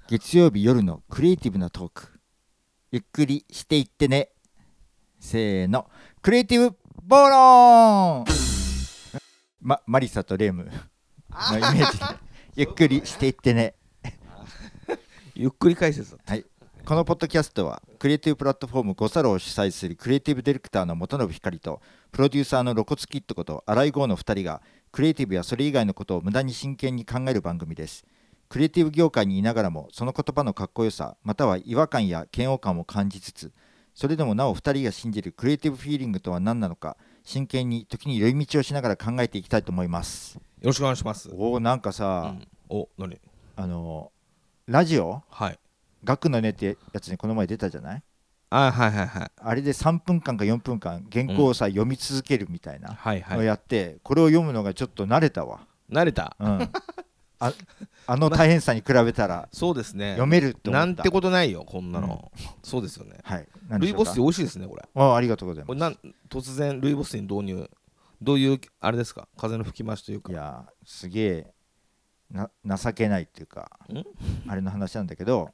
月曜日夜のクリエイティブなトーク、ゆっくりしていってね。せーの、クリエイティブ暴論。マリサとレムのイメージでゆっくりしていってね。 ゆっくり解説だった。 はい、このポッドキャストはクリエイティブプラットフォームゴサロを主催するクリエイティブディレクターの元信光とプロデューサーの露骨キッドこと新井剛の2人がクリエイティブやそれ以外のことを無駄に真剣に考える番組です。クリエイティブ業界にいながらもその言葉のかっこよさまたは違和感や嫌悪感を感じつつ、それでもなお2人が信じるクリエイティブフィーリングとは何なのか、真剣に時に寄り道をしながら考えていきたいと思います。 よろしくお願いします。 なんかさ、 何？ ラジオはい。 学のねってやつにこの前出たじゃない？ はいはいはい。 あれで3分間か4分間原稿をさ、読み続けるみたいなはいはい。 のをやって、これを読むのがちょっと慣れたわ。 慣れた。 あの大変さに比べたらそうですね。 読めるって思った。 なんてことないよこんなの。そうですよね。 はい。 ルイボスティー美味しいですねこれ。 ありがとうございこれます。 突然ルイボスティーに導入。どういうあれですか？風の吹き回しというか。 いやすげえ情けないっていうかあれの話なんだけど、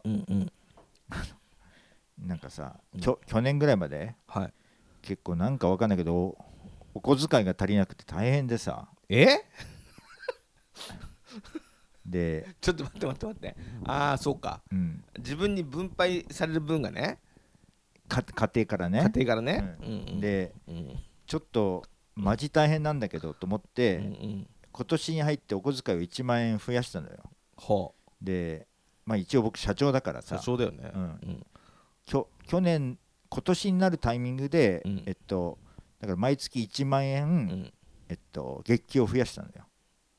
なんかさ、去年ぐらいまで、 はい、 結構なんかわかんないけどお小遣いが足りなくて大変でさ。でちょっと待って。ああそうか、自分に分配される分がね、 家庭からね、で、ちょっとマジ大変なんだけどと思って、今年に入ってお小遣いを1万円増やしたのよ。で、一応僕社長だからさ、 社長だよね。 今年になるタイミングで、だから毎月1万円、月給を増やしたのよ。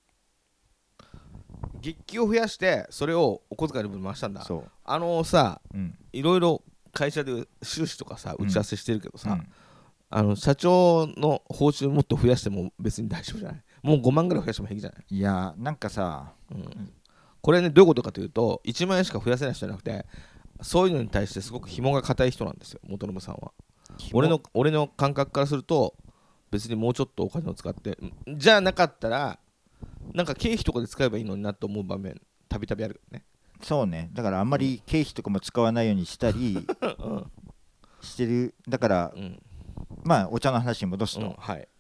月給を増やしてそれをお小遣いの分回したんだ。 そうさ、いろいろ会社で収支とかさ打ち合わせしてるけどさ、社長の報酬もっと増やしても別に大丈夫じゃない？もう5万ぐらい増やしても平気じゃない？ いやなんかさ、 これねどういうことかというと、1万円しか増やせない人じゃなくて、そういうのに対してすごく紐が固い人なんですよ元信さんは。俺の感覚からすると、別にもうちょっとお金を使ってじゃなかったらなんか経費とかで使えばいいのになと思う場面たびたびあるよね。 そうね、だからあんまり経費とかも使わないようにしたりしてる。だから、お茶の話に戻すと、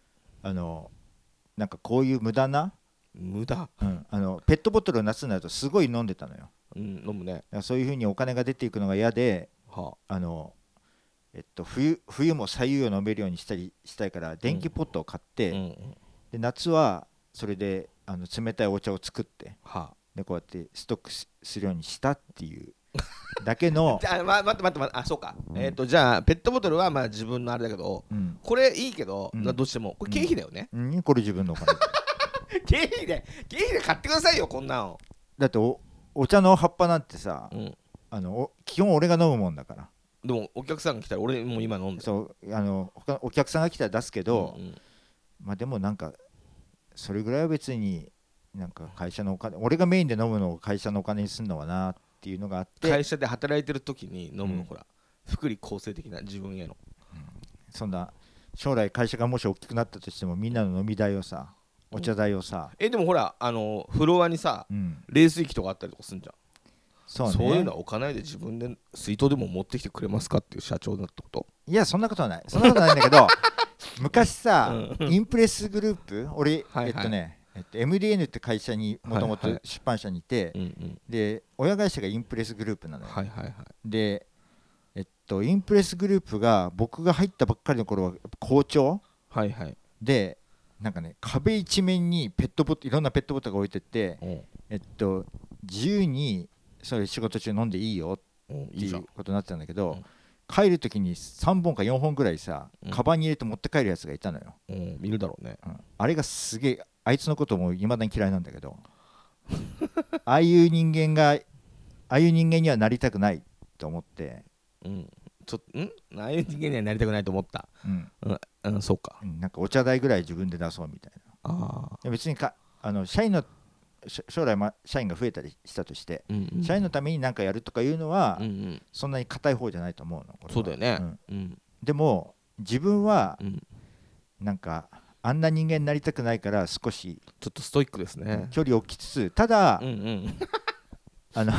なんかこういう無駄、ペットボトルを夏になるとすごい飲んでたのよ。 飲むね。 そういう風にお金が出ていくのが嫌で、冬も左右を飲めるようにしたいから電気ポットを買って、で夏はそれで冷たいお茶を作って、でこうやってストックするようにしたっていうだけの待ってそうか、じゃあペットボトルは自分のあれだけど、これいいけど、どうしてもこれ経費だよね。 これ自分のお金経費で買ってくださいよこんなの。 だってお茶の葉っぱなんてさ、基本俺が飲むもんだから。 でもお客さんが来たら俺もう今飲んで、 他のお客さんが来たら出すけど、でもなんかそれぐらいは別になんか会社のお金、俺がメインで飲むのを会社のお金にするのはなっていうのがあって、 会社で働いてる時に飲むの、ほら福利厚生的な自分への、 そんな将来会社がもし大きくなったとしてもみんなの飲み代をさ、お茶代をさ、 でもほらフロアにさ、冷水器とかあったりとかすんじゃん。そういうのは置かないで自分で水筒でも持ってきてくれますかっていう社長だってこと？ いやそんなことはないんだけど昔さ、インプレスグループ、俺MDN って会社にもともと出版社にいて、で親会社がインプレスグループなのよ。でインプレスグループが僕が入ったばっかりの頃は好調、でなんかね、壁一面にいろんなペットボトルが置いてて、自由にそれ仕事中飲んでいいよっていうことになってたんだけど、帰る時に3本か4本ぐらいさ、カバンに入れて持って帰るやつがいたのよ。 いるだろうね。 あれがすげえ、あいつのこともいまだに嫌いなんだけどああいう人間にはなりたくないと思って、 ああいう人間にはなりたくないと思った。そうか。 なんかお茶代ぐらい自分で出そうみたいな。別に将来社員が増えたりしたとして、社員のために何かやるとかいうのは、そんなに硬い方じゃないと思うの。 そうだよね。 でも自分はなんかあんな人間になりたくないから、少しちょっとストイックですね。 距離を置きつつ、ただ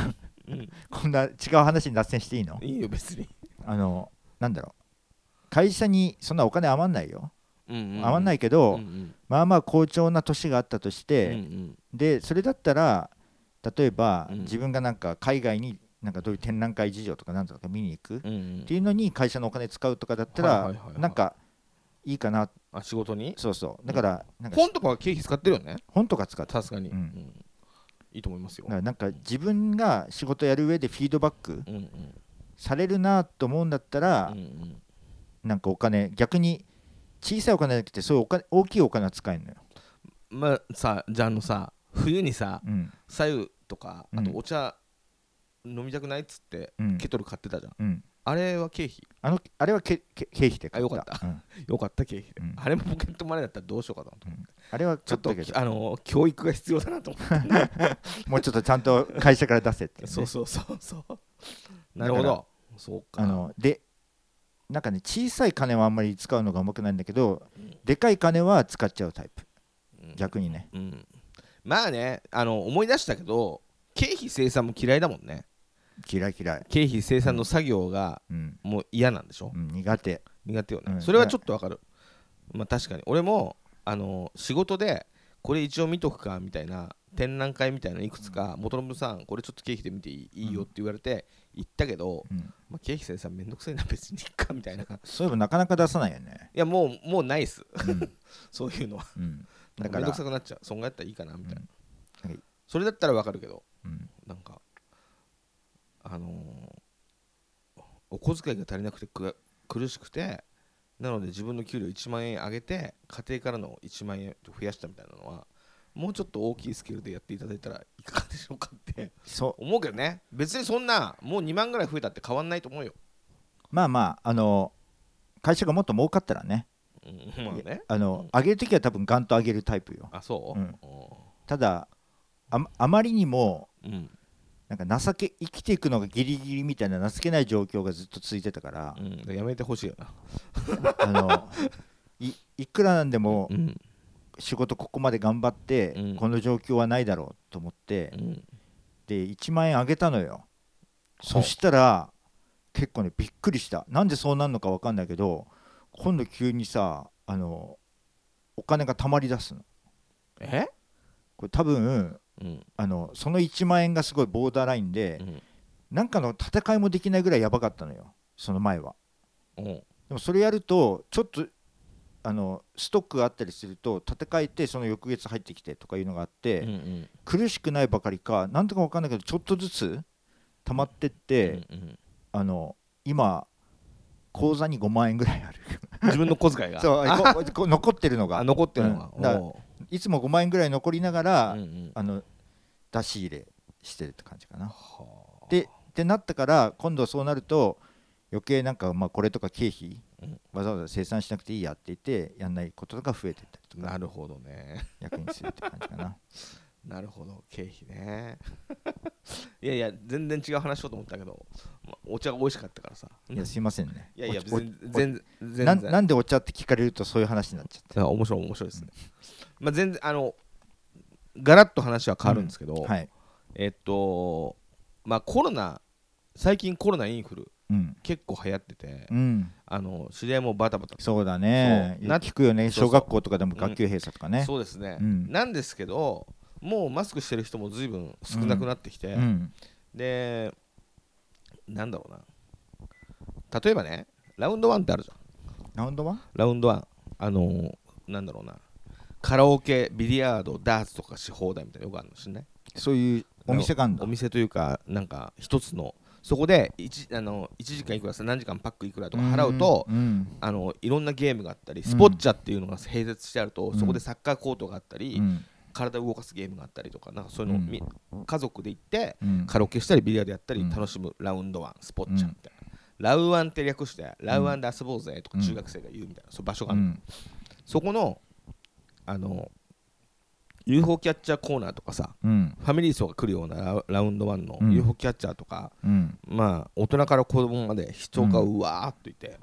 こんな違う話に脱線していいの？ いいよ別に。 なんだろう、会社にそんなお金余んないよ、余んないけど、まあまあ好調な年があったとして、でそれだったら例えば、自分がなんか海外になんかどういう展覧会事情とかなんとか見に行くっていうのに会社のお金使うとかだったらなんかいいかな。 仕事に。 そうそう、だからなんか本とかは経費使ってるよね。 本とか使ってさすがに、いいと思いますよ。 だからなんか自分が仕事やる上でフィードバックされるなと思うんだったら、なんかお金逆に小さいお金じゃなくてそういう大きいお金は使えるのよ。 まあさ、じゃあさ冬にさ、白湯とかあとお茶飲みたくないっつってケトル買ってたじゃん、あれは経費？ あれは経費で買った。 よかった、よかった経費で、あれもポケットマネーだったらどうしようかなと思って、 あれはちょっと教育が必要だなと思ってもうちょっとちゃんと会社から出せって、 そうなるほど。そうか。 でなんかね、小さい金はあんまり使うのがうまくないんだけど、でかい金は使っちゃうタイプ、逆にね、 まあね、思い出したけど経費生産も嫌いだもんね。 嫌い経費生産の作業がもう嫌なんでしょ、 苦手よね、それはちょっとわかる。まあ確かに俺も仕事でこれ一応見とくかみたいな展覧会みたいないくつか元信さんこれちょっと経費で見ていいよって言われて行ったけど、まあ、経費生産めんどくさいな別にいっかみたいな。 そういえばなかなか出さないよね。 いやもうないっす、そういうのは、だからめんどくさくなっちゃう。そんがやったらいいかなみたいな、それだったらわかるけど、なんかお小遣いが足りなくて苦しくて、なので自分の給料1万円上げて家庭からの1万円増やしたみたいなのはもうちょっと大きいスケールでやっていただいたらいかがでしょうかって思うけどね。別にそんなもう2万ぐらい増えたって変わんないと思うよ。 まあまあ会社がもっと儲かったらね、上げるときは多分ガンと上げるタイプよ。 あ、そう、 ただあまりにも、なんか生きていくのがギリギリみたいな情けない状況がずっと続いてたから、 やめてほしいよないくらなんでも、仕事ここまで頑張って、この状況はないだろうと思って、で1万円上げたのよ。そしたら結構ねびっくりした。なんでそうなるのか分かんないけど今度急にさお金が貯まり出すの。これ多分その1万円がすごいボーダーラインで、なんかの戦いもできないぐらいやばかったのよその前は。でもそれやるとちょっとストックがあったりすると戦えてその翌月入ってきてとかいうのがあって、苦しくないばかりかなんとか分かんないけどちょっとずつ溜まってって、今口座に5万円ぐらいある自分の小遣いがそう残ってるのがいつも5万円ぐらい残りながら、出し入れしてるって感じかな。ってなったから今度そうなると余計なんかこれとか経費、わざわざ生産しなくていいやって言ってやんないことが増えてったりとか。 なるほどね。 役にするって感じかななるほど、経費ねいや全然違う話しようと思ったけど、お茶が美味しかったからさ。 いやすいませんね。 いや全然なんでお茶って聞かれるとそういう話になっちゃって。 面白いですね。全然ガラッと話は変わるんですけど、コロナ最近コロナインフル結構流行ってて、知り合いもバタバタ。 そうだね、聞くよね。小学校とかでも学級閉鎖とかね。 そうですね、なんですけどもうマスクしてる人も随分少なくなってきて、でなんだろうな、例えばねラウンドワンってあるじゃん。 ラウンドワンなんだろうな、カラオケビリヤードダーツとかし放題みたいなのよくあるの知んない？ そういうお店があるんだ。 お店というかなんか一つのそこで 1時間いくらさ何時間パックいくらとか払うと、いろんなゲームがあったりスポッチャっていうのが併設してあると、そこでサッカーコートがあったり、体を動かすゲームがあったりとか、なんかそういうの家族で行ってカラオケしたりビリヤードやったり楽しむラウンドワンスポッチャみたいな、ラウワンって略してラウワンで遊ぼうぜとか中学生が言うみたいなそういう場所がある、そこのUFO キャッチャーコーナーとかさ、ファミリー層が来るようなラウンドワンの UFO キャッチャーとか、まあ大人から子供まで人がうわーっといて、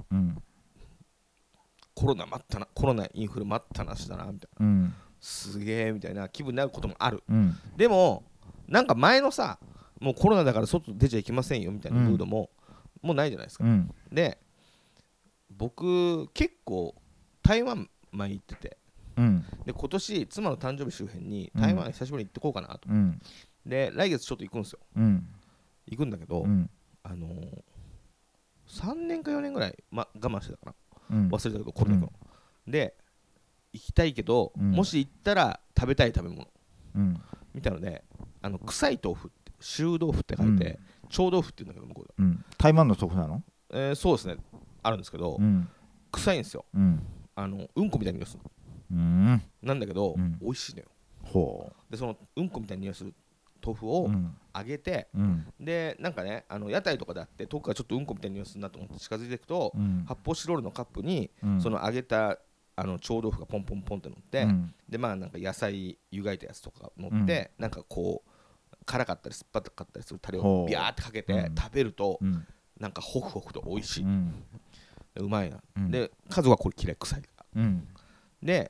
コロナインフル待ったなしだなみたいな、すげえみたいな気分になることもある、でもなんか前のさもうコロナだから外出ちゃいけませんよみたいなムードも、もうないじゃないですか、で僕結構台湾前行ってて、で今年妻の誕生日周辺に台湾久しぶりに行ってこうかなと、で来月ちょっと行くんですよ、行くんだけど、3年か4年ぐらい、我慢してたから、忘れたけどコロナの、で行きたいけど、もし行ったら食べたい食べ物、みたいので臭い豆腐って臭豆腐って書いて、臭豆腐って言うんだけど向こうで、 台湾の豆腐なの？ そうですね、あるんですけど、臭いんですよ、うんこみたいな匂いするの、なんだけど、美味しいのよ。でそのうんこみたいな匂いする豆腐を揚げて、でなんかね屋台とかであって遠くからちょっとうんこみたいな匂いするなと思って近づいていくと、発泡スチロールのカップに、その揚げた臭豆腐がポンポンポンって乗って、でなんか野菜湯がいたやつとか乗って、なんかこう辛かったり酸っぱかったりするタレをビャーってかけて食べると、なんかホクホクと美味しい、うまいな、で家族はこれ嫌い、臭いから、で、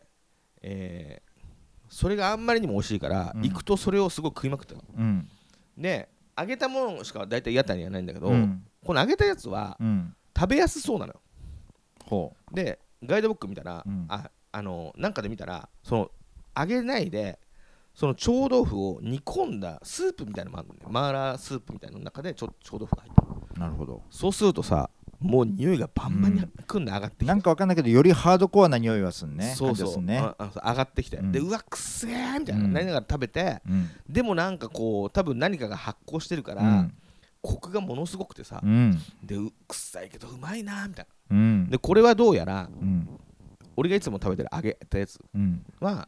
それがあんまりにも美味しいから、行くとそれをすごい食いまくってたの、で揚げたものしか大体屋台にはないんだけど、この揚げたやつは食べやすそうなのよ、でガイドブック見たら、なんかで見たらその揚げないでその臭豆腐を煮込んだスープみたいなのもあるのね、マーラースープみたいなの中で臭豆腐が入ってる。なるほど。そうするとさ、もう匂いがバンバンにくんで上がってきて、なんかわかんないけどよりハードコアな匂いはすんね。そうそう、ね、上がってきて、でうわくっせーみたいな、なりながら食べて、でもなんかこう多分何かが発酵してるから、コクがものすごくてさ、で臭いけどうまいなみたいな、でこれはどうやら、俺がいつも食べてる揚げたやつは、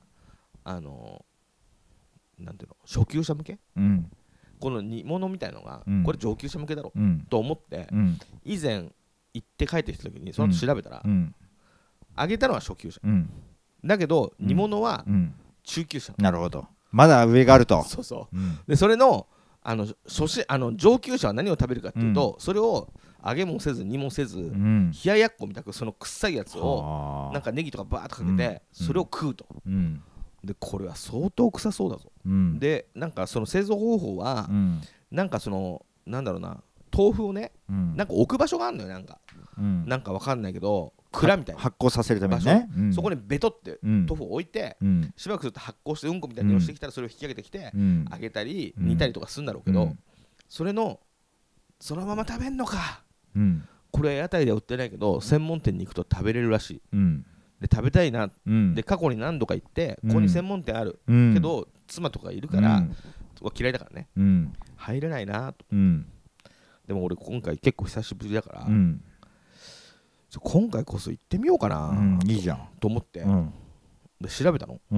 なんていうの、初級者向け、この煮物みたいのが、これ上級者向けだろう、と思って、以前行って帰ってきた時にその後調べたら、揚げたのは初級者、だけど煮物は中級者、なるほど、まだ上があると。そうそう、でそれの上級者は何を食べるかっていうと、それを揚げもせず煮もせず、冷ややっこみたくその臭いやつをなんかネギとかバーッとかけて、それを食うと、でこれは相当臭そうだぞ、でなんかその製造方法は、なんかそのなんだろうな、豆腐をね、なんか置く場所があるのよ、なんかわかんないけど蔵みたいな、発酵させるためにね、そこにベトって豆腐を置いて、しばらくすると発酵してうんこみたいなのをしてきたら、それを引き上げてきて、揚げたり煮たりとかするんだろうけど、それのそのまま食べんのか、これは屋台では売ってないけど専門店に行くと食べれるらしい、で食べたいな、で過去に何度か行って、ここに専門店ある、けど妻とかいるから、嫌いだからね、入れないなと、でも俺今回結構久しぶりだから、今回こそ行ってみようかな、いいじゃんと思って、で調べたの、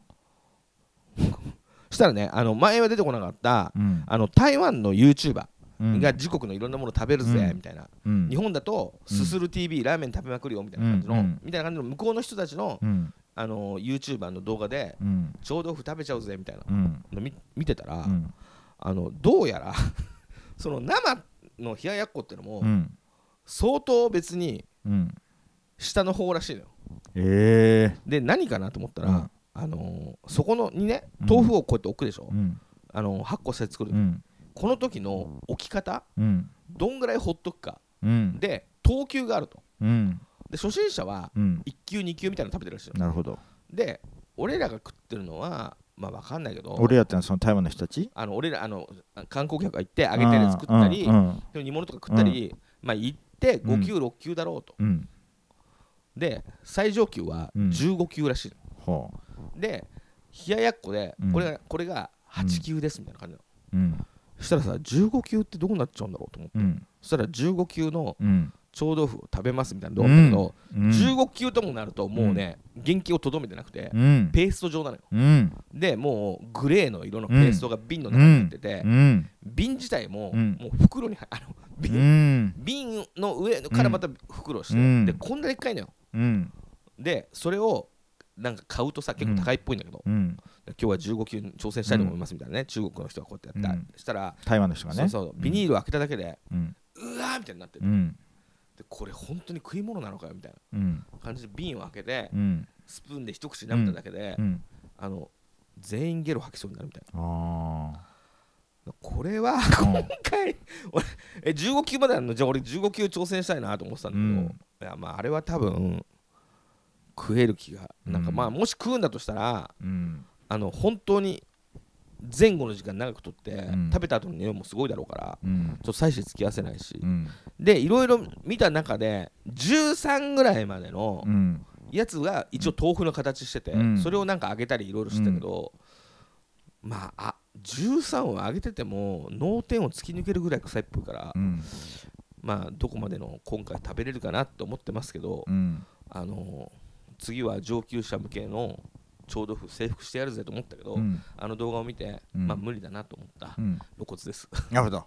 したらね、前は出てこなかった、台湾の YouTuberが自国のいろんなもの食べるぜみたいな、日本だとすする TV ラーメン食べまくるよみたいな感じの、向こうの人たちのYouTuber の動画で臭豆腐食べちゃうぜみたいなの見てたら、どうやらその生の冷ややっこってのも相当別に下の方らしいのよ。で何かなと思ったら、そこのにね豆腐をこうやって置くでしょ、発酵させて作る、この時の置き方、どんぐらいほっとくか、で等級があると、で初心者は1級2級みたいなの食べてるらしいの。なるほど。で俺らが食ってるのはまあ分かんないけど、俺らってのはその台湾の人たち、俺ら観光客が行って揚げたり作ったり、煮物とか食ったり、まあ行って5級6級だろうと、で最上級は15級らしいの、で冷ややっこでこれが8級ですみたいな感じなの、そしたらさ15級ってどうなっちゃうんだろうと思って、そしたら15級の臭豆腐を食べますみたいな動画だけど、15級ともなるともうね、原型をとどめてなくて、ペースト状なのよ、でもうグレーの色のペーストが瓶の中に入ってて、瓶自体ももう袋に瓶の上からまた袋して、でこんなでっかいのよ、でそれをなんか買うとさ結構高いっぽいんだけど、今日は15級に挑戦したいと思いますみたいなね、中国の人がこうやってやった、したら台湾の人がね、そうビニールを開けただけでうわーみたいになってる、でこれ本当に食い物なのかよみたいな感じで瓶を開けて、スプーンで一口舐めただけで、全員ゲロ吐きそうになるみたいな、 これは今回、俺15級まであるの？じゃあ俺15級挑戦したいなと思ってたんだけど、いやまああれは多分食える気が、なんかまあもし食うんだとしたら、本当に前後の時間長くとって、食べた後の匂いもすごいだろうから、ちょっと妻子付き合わせないし、でいろいろ見た中で13ぐらいまでのやつが一応豆腐の形してて、それをなんか揚げたりいろいろしてたけど、まあ13を揚げてても脳天を突き抜けるぐらい臭いっぽいから、まあどこまでの今回食べれるかなと思ってますけど、次は上級者向けの超豆腐征服してやるぜと思ったけど、あの動画を見て、まあ無理だなと思った露骨です。 なるほ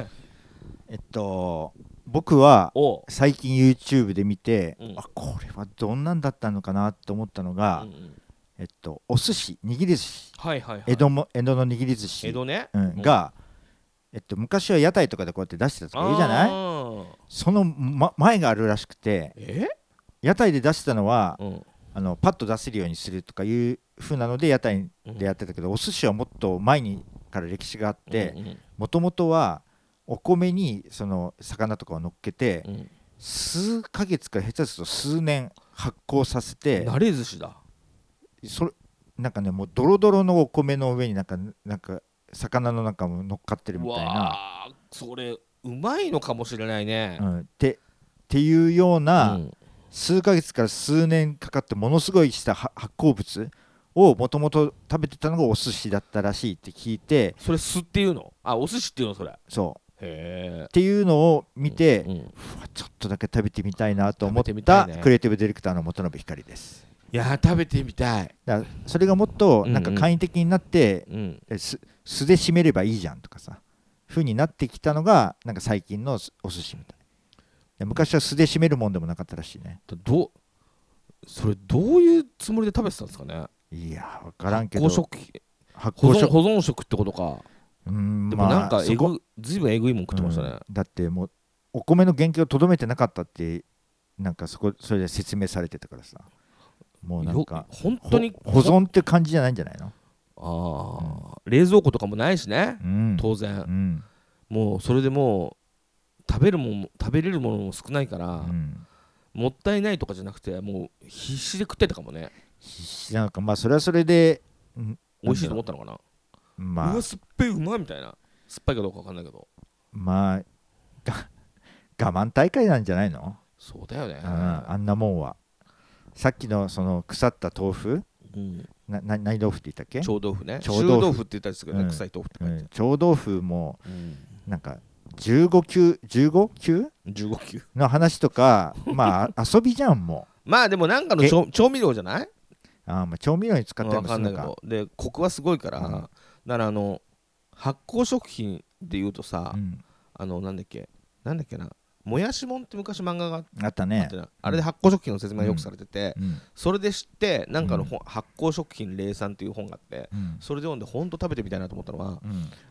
ど。僕は最近 YouTube で見て、これはどんなんだったのかなと思ったのが、お寿司、握り寿司、江戸の握り寿司が、昔は屋台とかでこうやって出してたとか言うじゃない。その、前があるらしくて、屋台で出したのは、パッと出せるようにするとかいう風なので屋台でやってたけど、お寿司はもっと前にから歴史があって、もともとはお米にその魚とかを乗っけて、数ヶ月か下手すると数年発酵させて、 慣れ寿司だ。 それなんかね、もうドロドロのお米の上になんか魚の中も乗っかってるみたいな。 それうまいのかもしれないね。 っていうような、数ヶ月から数年かかってものすごいした発酵物をもともと食べてたのがお寿司だったらしいって聞いて。 それ酢っていうの？お寿司っていうのそれ。 そうっていうのを見て、ちょっとだけ食べてみたいなと思ったクリエイティブディレクターの本信光です。 いや食べてみたい。 だからそれがもっとなんか簡易的になって、酢で締めればいいじゃんとかさ風になってきたのがなんか最近のお寿司みたい。昔は酢で締めるもんでもなかったらしいね。 それどういうつもりで食べてたんですかね。 いや分からんけど、 保存食ってことか。でもなんかずいぶんえぐいもん食ってましたね。 だってもうお米の原型をとどめてなかったってなんかそれで説明されてたからさ、もうなんか本当に保存って感じじゃないんじゃないの。 冷蔵庫とかもないしね、当然、もうそれでもう食べれるものも少ないから、もったいないとかじゃなくてもう必死で食ってたかもね。 なんかまあそれはそれで美味しいと思ったのかな。うわ酸っぱいうまいみたいな。酸っぱいかどうか分かんないけど、 まあ我慢大会なんじゃないの。 そうだよね、 あんなもんは。さっきのその腐った豆腐、何豆腐って言ったっけ。 臭豆腐ね。臭豆腐って言ったんですけどね、臭い豆腐って書いて。 臭豆腐もなんか15級の話とか、まあ遊びじゃんもう。まあでもなんかの調味料じゃない。 まあ調味料に使ってるのか分かんないけど、でコクはすごいから、だから発酵食品でいうとさ、なんだっけな、もやしもんって昔漫画があったね。 あれで発酵食品の説明がよくされてて、それで知ってなんかの発酵食品霊産っていう本があって、それで読んで本当食べてみたいなと思ったのは、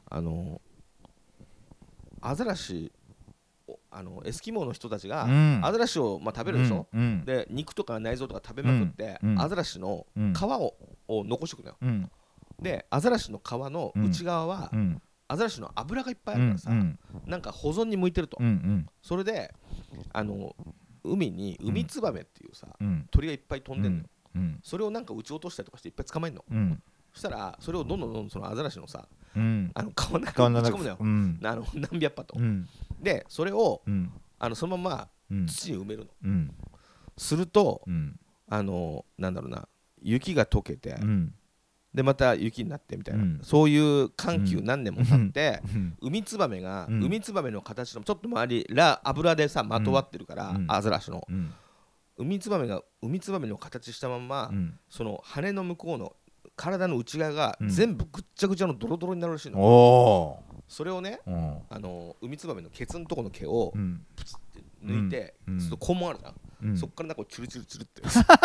アザラシ、エスキモーの人たちがアザラシを食べるでしょ。で肉とか内臓とか食べまくって、アザラシの皮を残しておくのよ。でアザラシの皮の内側はアザラシの脂がいっぱいあるからさ、なんか保存に向いてると。それで海にウミツバメっていうさ、鳥がいっぱい飛んでるの。それをなんか撃ち落としたりとかしていっぱい捕まえるの。そしたらそれをどんどんそのアザラシのさ、皮の中に打ち込むのよ、何百羽と。でそれをそのまま土に埋めるの。するとなんだろうな、雪が溶けて、でまた雪になってみたいな、そういう緩急何年も経って、ウミツバメの形のちょっと周り油でさまとわってるから、アザラシのウミツバメの形したまんま、その羽の向こうの体の内側が全部ぐっちゃぐちゃのドロドロになるらしいの。それをね、ウミツバメのケツのとこの毛をプチって抜いて、ちょっと肛門あるな、そっからなんかチュルチュルチュルって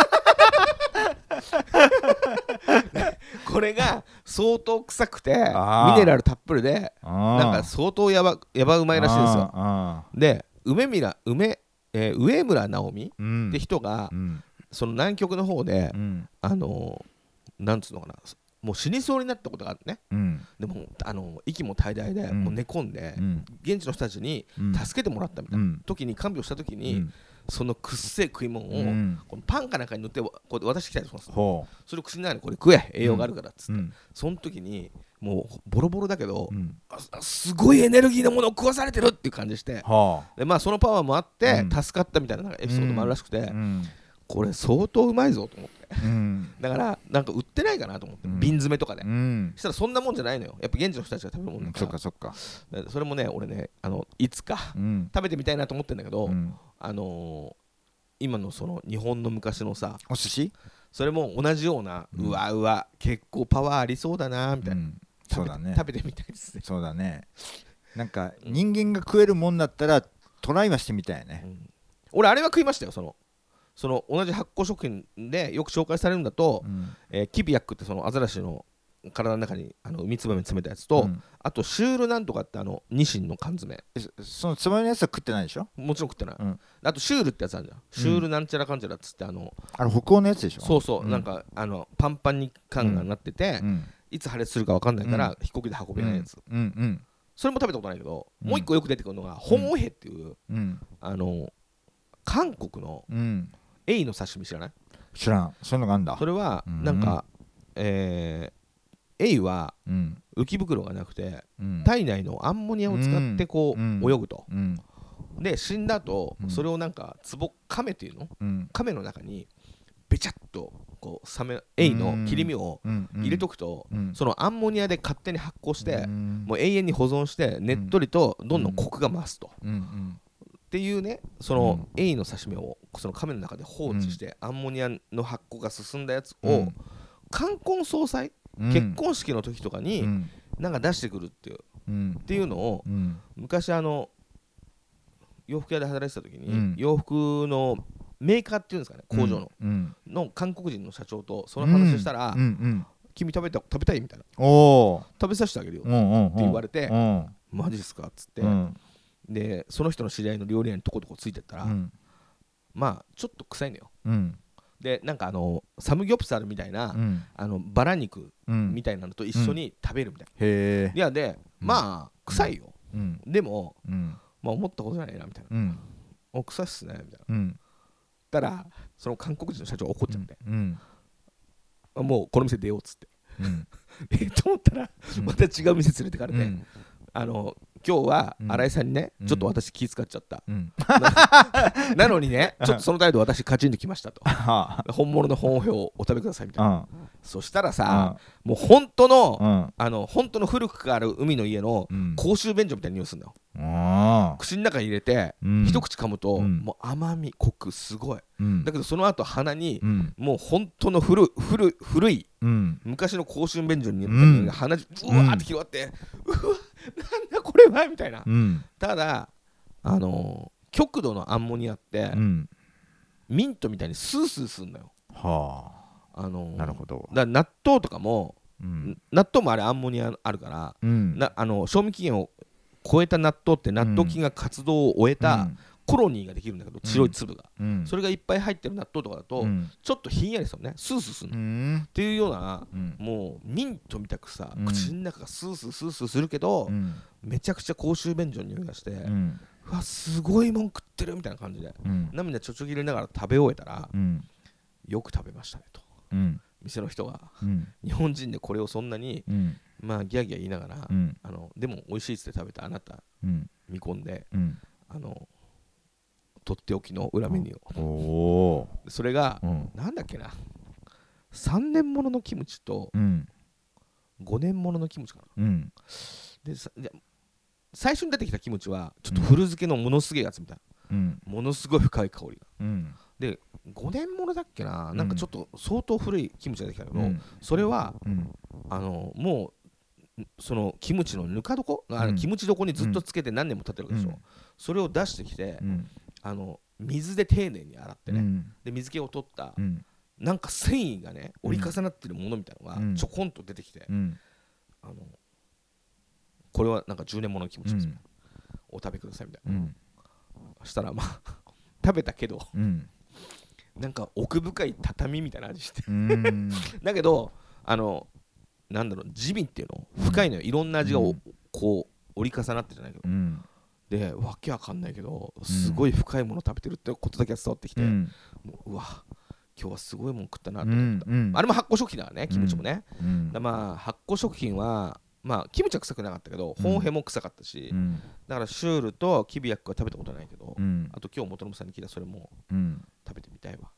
これが相当臭くてミネラルたっぷりでなんか相当やばうまいらしいんですよ。で上村直美って人が、その南極の方でなんつうのかな、 もう死にそうになったことがあるね、でも息も絶え絶えで、もう寝込んで、現地の人たちに助けてもらったみたいな、時に看病した時に、そのくっせえ食い物を、このパンかなんかに塗ってこう渡してきたりします、それを口の中にこれ食え、栄養があるからっつって、その時にもうボロボロだけど、すごいエネルギーのものを食わされてるっていう感じして、でそのパワーもあって助かったみたいなエピソードもあるらしくて、これ相当うまいぞと思って、だからなんか売ってないかなと思って、瓶詰めとかで、したらそんなもんじゃないのよ、やっぱ現地の人たちが食べるもんだから、それもね俺ねいつか食べてみたいなと思ってるんだけど、今のその日本の昔のさお寿司、 それも同じような、うわうわ結構パワーありそうだなみたいな、 そうだね、 食べてみたいですね。 そうだね、なんか人間が食えるもんだったらトライはしてみたいね、 俺あれは食いましたよ、その同じ発酵食品でよく紹介されるんだと、キビヤックってそのアザラシの体の中に海つばめ詰めたやつと、あとシュールなんとかってニシンの缶詰、 そのつばめのやつは食ってないでしょ。 もちろん食ってない、あとシュールってやつあるじゃん、シュールなんちゃらかんちゃらっつってあれ北欧のやつでしょ。 そうそう、なんかパンパンに缶がなってて、いつ破裂するか分かんないから飛行機で運べないやつ、それも食べたことないけど、もう一個よく出てくるのがホンオヘっていう、韓国のエイの刺身知らない？ 知らん、そういうのがあるんだ。 それはなんか、エイは浮き袋がなくて、体内のアンモニアを使ってこう泳ぐと、で死んだ後、それをなんかカメっていうの、カメの中にべちゃっとこうエイの切り身を入れとくと、そのアンモニアで勝手に発酵して、もう永遠に保存してねっとりとどんどんコクが増すと、っていうね、そのエイの刺身をその亀の中で放置して、アンモニアの発酵が進んだやつを、冠婚葬祭、結婚式の時とかになんか出してくるっていうのを、昔洋服屋で働いてた時に、洋服のメーカーっていうんですかね、工場の韓国人の社長とその話をしたら、君食べたいみたいな、食べさせてあげるよって言われて、マジっすかっつって、でその人の知り合いの料理屋にとことこついてったら、まあちょっと臭いのよ、でなんかサムギョプサルみたいな、バラ肉みたいなのと一緒に食べるみたいな、いやでまあ臭いよ、でも、まあ思ったことじゃないなみたいな、お臭いっすねみたいな、たらその韓国人の社長怒っちゃって、もうこの店出ようっつって、と思ったらまた違う店連れてかれて、今日は新井さんにね、ちょっと私気遣っちゃった、なのにね、ちょっとその態度私カチンときましたと本物の本オヘをお食べくださいみたいな、そしたらさ、もう本当の古くからある海の家の公衆便所みたいな匂いするんだよ、口の中に入れて一口噛むともう甘み濃くすごい、だけどその後鼻にもう本当の古い昔の公衆便所に鼻血うわーって広がって、うわなんだこれはみたいな、ただ極度のアンモニアって、ミントみたいにスースーするんだよ。 なるほど。 だから納豆とかも、納豆もあれアンモニアあるから、賞味期限を超えた納豆って納豆菌が活動を終えたコロニーができるんだけど、白い粒が、それがいっぱい入ってる納豆とかだと、ちょっとひんやりするね、スースーするの、っていうような、もうミントみたくさ、口の中がスースースースーするけど、めちゃくちゃ公衆便所の匂いがして、うわすごいもん食ってるみたいな感じで、涙ちょちょぎれながら食べ終えたら、よく食べましたねと、店の人が、日本人でこれをそんなに、まあギャーギャー言いながら、でも美味しいっつって食べたあなた、見込んで、とっておきの裏メニューを、それが、なんだっけな、3年もののキムチと5年もののキムチかな、で最初に出てきたキムチはちょっと古漬けのものすげえやつみたいな、ものすごい深い香りが、で5年ものだっけな、なんかちょっと相当古いキムチが出てきたけど、それは、もうそのキムチのぬか床、キムチ床にずっとつけて何年も経ってるわけでしょ、それを出してきて、水で丁寧に洗ってね、で水気を取った、なんか繊維がね折り重なってるものみたいなのがちょこんと出てきて、これはなんか10年もののキムチです、お食べくださいみたいな、したらまあ食べたけど、なんか奥深い畳みたいな味してだけどなんだろう地味っていうの深いのよ、いろんな味がこう折り重なってじゃないけど、でわけわかんないけどすごい深いもの食べてるってことだけは伝わってきて、もううわ今日はすごいもん食ったなと思った、あれも発酵食品だからねキムチもね、まあ発酵食品はまあキムチは臭くなかったけどホンヘも臭かったし、だからシュールとキビヤックは食べたことないけど、あと今日元信さんに聞いたそれも食べてみたいわ、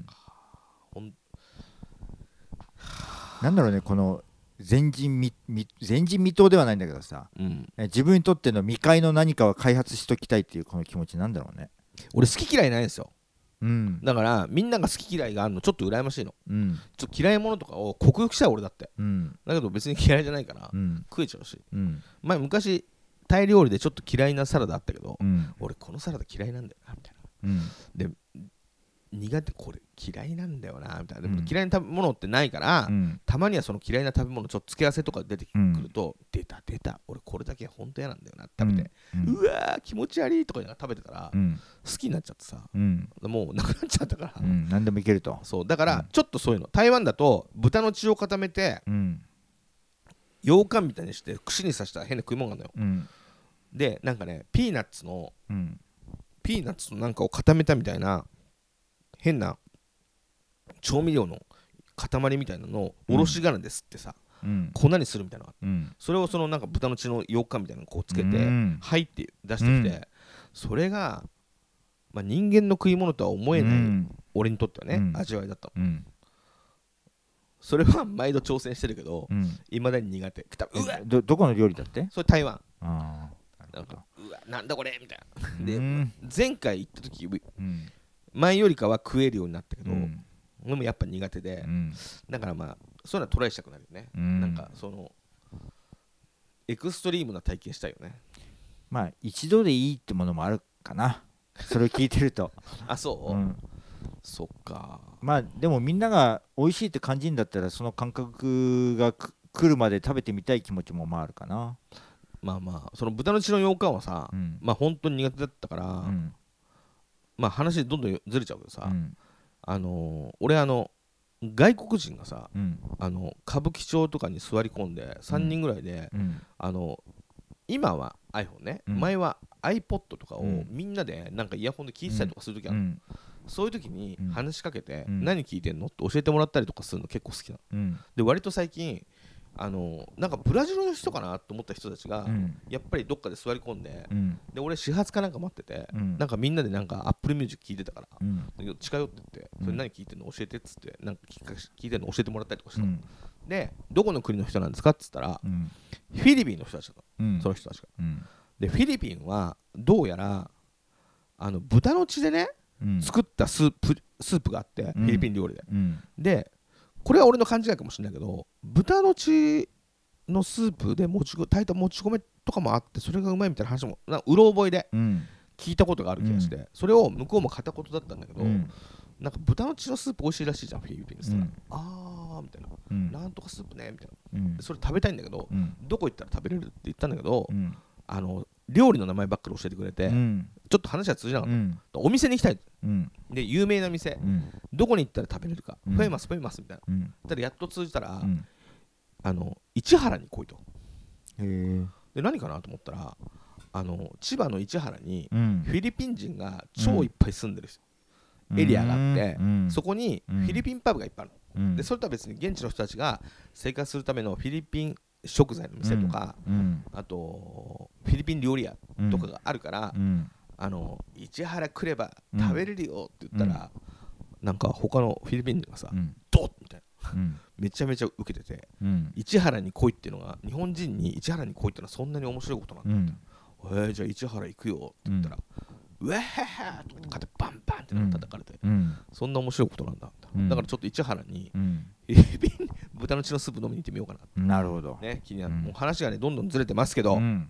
なんだろうね、この前人未到ではないんだけどさ、自分にとっての未開の何かは開発しときたいっていうこの気持ちなんだろうね。 俺好き嫌いないんですよ、だからみんなが好き嫌いがあるのちょっと羨ましいの、ちょっと嫌いなものとかを克服したい俺だって、だけど別に嫌いじゃないから、食えちゃうし、昔タイ料理でちょっと嫌いなサラダあったけど、俺このサラダ嫌いなんだよなみたいな、で苦手これ嫌いなんだよなみたいな、でも嫌いな食べ物ってないから、たまにはその嫌いな食べ物ちょっと付け合わせとか出てくると、出た俺これだけ本当嫌なんだよな食べて、うわー気持ち悪いとか食べてたら、好きになっちゃってさ、もうなくなっちゃったから、 何でもいけると。 そうだからちょっとそういうの台湾だと豚の血を固めて、羊羹みたいにして串に刺した変な食い物があるのよ、でなんかねピーナッツのなんかを固めたみたいな変な調味料の塊みたいなのをおろし金で吸ってさ、粉にするみたいなのがあって、それをそのなんか豚の血の羊羹みたいなのをこうつけて、はいって出してきて、それが、まあ、人間の食い物とは思えない、俺にとってはね、味わいだったの、それは毎度挑戦してるけどいまだに苦手。 どこの料理だって？ それ台湾。なんかうわなんだこれみたいな。で前回行った時前よりかは食えるようになったけど、でもやっぱ苦手で、だからまあそういうのはトライしたくなるよね、なんかそのエクストリームな体験したいよね。 まあ一度でいいってものもあるかな、それを聞いてるとあそう、そっか。 まあでもみんなが美味しいって感じるんだったらその感覚が来るまで食べてみたい気持ちもまああるかな。 まあその豚の血の羊羹はさ、まあ本当に苦手だったから、まあ話どんどんずれちゃうけどさ、俺外国人がさ、歌舞伎町とかに座り込んで3人ぐらいで、今は iPhone ね、前は iPod とかをみんなでなんかイヤホンで聞いてたりとかするときある、そういう時に話しかけて、何聞いてんのって教えてもらったりとかするの結構好きなの、で割と最近なんかブラジルの人かなと思った人たちが、やっぱりどっかで座り込んで、で俺始発かなんか待ってて、なんかみんなでなんか Apple Music 聞いてたから、近寄ってってそれ何聞いてんの教えてっつって、なんか聞いてんの教えてもらったりとかしたの、でどこの国の人なんですかっつったら、フィリピンの人たちだった、その人たちが、でフィリピンはどうやら豚の血でね、作ったスープがあって、フィリピン料理で、でこれは俺の勘違いかもしれないけど、豚の血のスープで炊いたもち米とかもあって、それがうまいみたいな話もうろ覚えで聞いたことがある気がして、それを向こうも片言だったんだけど、なんか豚の血のスープ美味しいらしいじゃんフィリピンですから、あーみたいな、なんとかスープねみたいな、それ食べたいんだけど、どこ行ったら食べれるって言ったんだけど、料理の名前ばっかり教えてくれて、ちょっと話は通じなかった、お店に行きたい、で有名な店、どこに行ったら食べれるか、フェイマスみたいな、ただやっと通じたら、市原に来いと。で何かなと思ったら、千葉の市原にフィリピン人が超いっぱい住んでるエリアがあって、そこにフィリピンパブがいっぱいある、でそれとは別に現地の人たちが生活するためのフィリピン食材の店とか、あとフィリピン料理屋とかがあるから、市原来れば食べれるよって言ったら、なんか他のフィリピン人がさ、ドッみたいな、めちゃめちゃ受けてて、市原に来いっていうのが、日本人に市原に来いってのはそんなに面白いことなんだって、じゃあ市原行くよって言ったら、うわーとか肩バンバンって叩かれて、そんな面白いことなんだ、だからちょっと市原に豚の血のスープ飲みに行ってみようかな。 なるほどね、気になる、もう話がねどんどんずれてますけど、今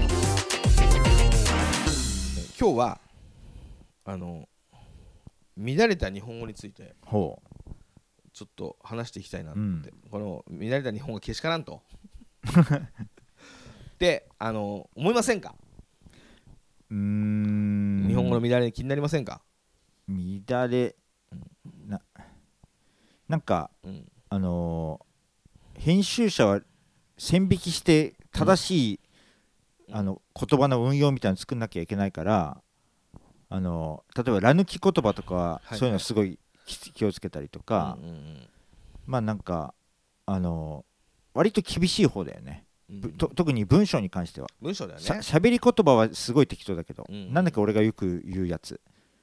日は乱れた日本語についてちょっと話していきたいなって、この乱れた日本語がけしからんとって思いませんか？日本語の乱れ気になりませんか？ 乱れなんか、 編集者は線引きして正しい、言葉の運用みたいなの作んなきゃいけないから、例えばら抜き言葉とかはそういうのすごい気をつけたりとか、まあなんか割と厳しい方だよね、特に文章に関しては。 文章だよね。 喋り言葉はすごい適当だけど、なんだか俺がよく言うやつ、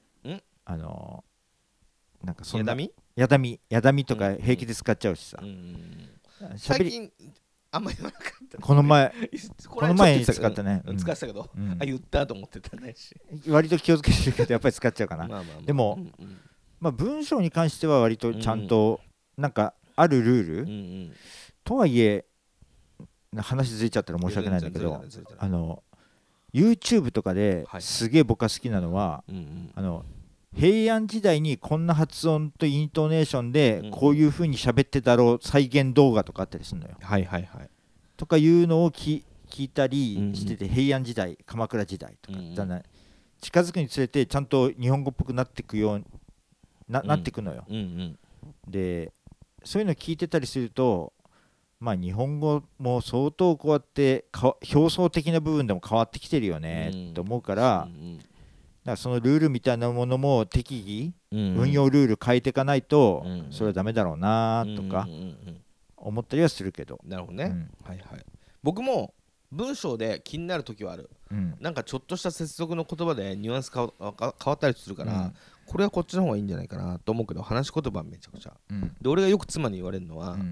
なんかそんなやだみとか平気で使っちゃうしさ、 最近あんまり言わなかった、 この前に使ったね、 使ってたけど、言ったと思ってたねし、 割と気をつけてるけどやっぱり使っちゃうかな。でもまあ文章に関しては割とちゃんとなんかあるルールとはいえ、話ずれちゃったら申し訳ないんだけど、YouTube とかですげえ僕が好きなのは、平安時代にこんな発音とイントネーションでこういう風に喋ってたろう再現動画とかあったりするのよ。とかいうのを聞いたりしてて、平安時代、鎌倉時代とかだな、近づくにつれてちゃんと日本語っぽくなってくようなってくのよ。でそういうの聞いてたりすると、まあ日本語も相当こうやって表層的な部分でも変わってきてるよねと思うから、だからそのルールみたいなものも適宜、運用ルール変えていかないとそれはダメだろうなとか思ったりはするけど。 なるほどね、僕も文章で気になる時はある、なんかちょっとした接続の言葉でニュアンス変わったりするから、これはこっちの方がいいんじゃないかなと思うけど、話し言葉はめちゃくちゃ、で俺がよく妻に言われるのは、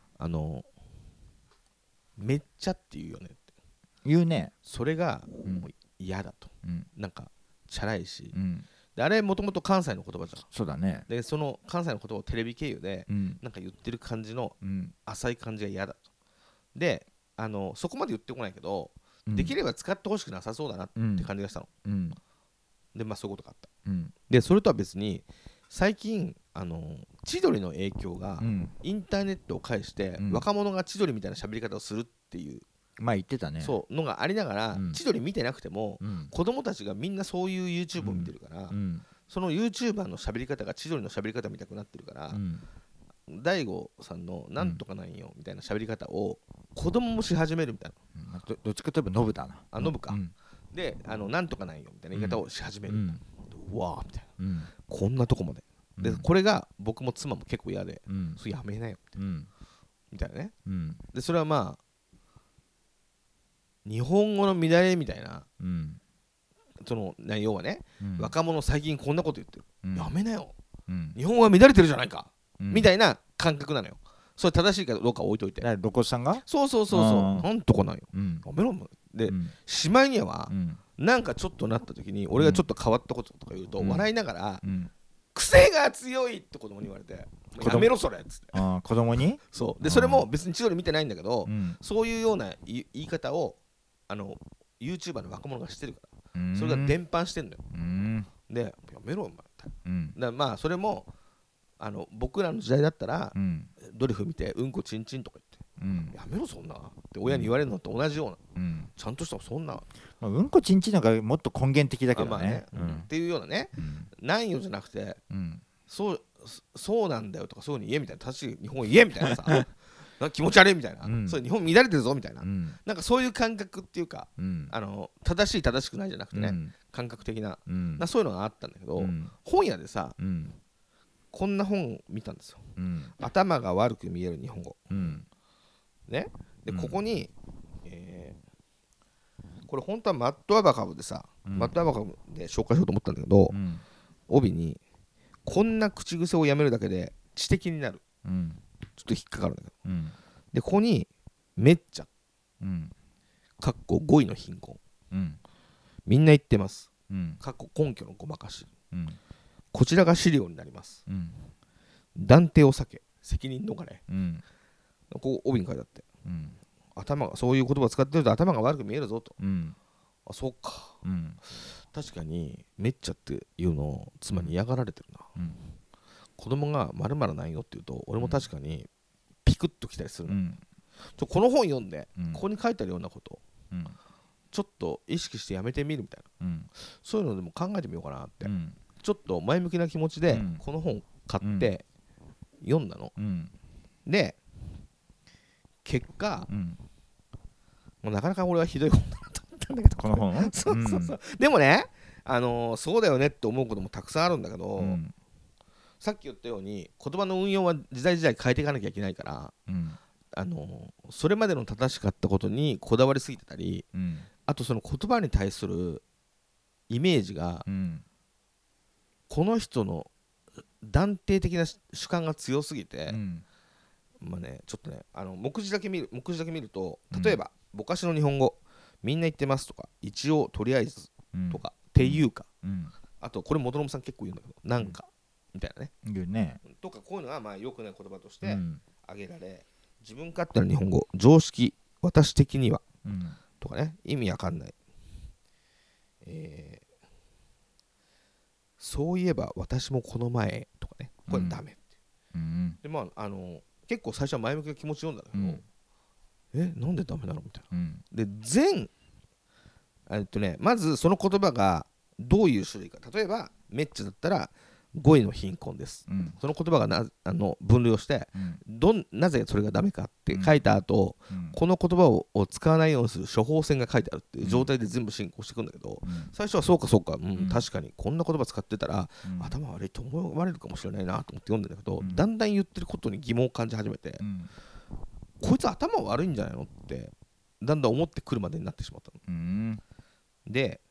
めっちゃって言うよねって言うね。 それが嫌だと、なんかチャラいし、であれもともと関西の言葉じゃん。 そうだね。 でその関西の言葉をテレビ経由でなんか言ってる感じの浅い感じが嫌だと。でそこまで言ってこないけど、できれば使ってほしくなさそうだなって感じがしたの、でまあそういうことがあった、でそれとは別に最近千鳥の影響がインターネットを介して若者が千鳥みたいな喋り方をするっていうまあ言ってたね、 そうのがありながら、千鳥見てなくても、子供たちがみんなそういう YouTube を見てるから、その YouTuber の喋り方が千鳥の喋り方みたくなってるから、大悟さんのなんとかなんよみたいな喋り方を子供もし始めるみたいな、 どっちかといえばノブだな。 ノブか、でなんとかなんよみたいな言い方をし始める、うわーみたいな、こんなとこまで、でこれが僕も妻も結構嫌で、それやめなよみたいなね、でそれはまあ日本語の乱れみたいな、その内容はね、若者最近こんなこと言ってる、やめなよ、日本語が乱れてるじゃないか、みたいな感覚なのよ。それ正しいかどうか置いといて、 露骨さんがそうなんとかなんよ、やめろで、しまいにはなんかちょっとなった時に俺がちょっと変わったこととか言うと笑いながら、癖が強いって子供に言われて、やめろそれっつって、 子供にそうでそれも別に千鳥見てないんだけど、そういうような言い方をYouTuber の若者がしてるから、それが伝播してんのよ、でやめろお前って、だまあそれも僕らの時代だったら、ドリフ見てうんこちんちんとか言って、やめろそんなって親に言われるのと同じような、ちゃんとしたそんな、 うんこちんちんのがもっと根源的だけどね、 っていうようなね、なんよじゃなくて、そうなんだよとかそういうふうに言えみたいな、正しい日本語言えみたいなさ気持ち悪いみたいな、そういう日本乱れてるぞみたいな、なんかそういう感覚っていうか、正しい正しくないじゃなくてね、感覚的な、そういうのがあったんだけど、本屋でさ、こんな本見たんですよ、頭が悪く見える日本語、ね、でここに、これ本当はマットアバカブでさ、マットアバカブで紹介しようと思ったんだけど、帯にこんな口癖をやめるだけで知的になる、ちょっと引っかかるんだけど、でここにめっちゃ、かっこ語彙の貧困、みんな言ってます、かっこ根拠のごまかし、こちらが資料になります、断定を避け責任逃れ、ここ帯に書いてあって、頭がそういう言葉を使ってると頭が悪く見えるぞと、あそうか、確かにめっちゃっていうのを妻に嫌がられてるな、子供が〇〇ないよって言うと俺も確かにピクッときたりするの、この本読んで、ここに書いてあるようなことを、ちょっと意識してやめてみるみたいな、そういうのでも考えてみようかなって、ちょっと前向きな気持ちでこの本買って読んだの、で結果、 うんもうなかなか俺はひどい本だなと思ったんだけど、 この本そうそうそう、でもね、そうだよねって思うこともたくさんあるんだけど、さっき言ったように言葉の運用は時代時代変えていかなきゃいけないから、それまでの正しかったことにこだわりすぎてたり、あとその言葉に対するイメージが、この人の断定的な主観が強すぎて、まあね、ちょっとね、目次だけ見ると、例えば、ぼかしの日本語みんな言ってますとか、一応とりあえずとか、っていうか、あとこれ元信さん結構言うんだけど、なんかみたいなね、 言うねとか、こういうのがまあ良くない言葉として挙げられ、自分勝手な日本語、常識、私的には、とかね、意味わかんない、そういえば私もこの前とかね、これダメって、でまあ結構最初は前向きな気持ち読んだんだけど、なんでダメなのみたいな、でまずその言葉がどういう種類か、例えばメッチだったら語彙の貧困です、その言葉が分類をして、なぜそれがダメかって書いた後、この言葉を使わないようにする処方箋が書いてあるっていう状態で全部進行していくんだけど、最初はそうか、確かにこんな言葉使ってたら、頭悪いと思われるかもしれないなと思って読んでんだけど、だんだん言ってることに疑問を感じ始めて、こいつ頭悪いんじゃないのってだんだん思ってくるまでになってしまったの、で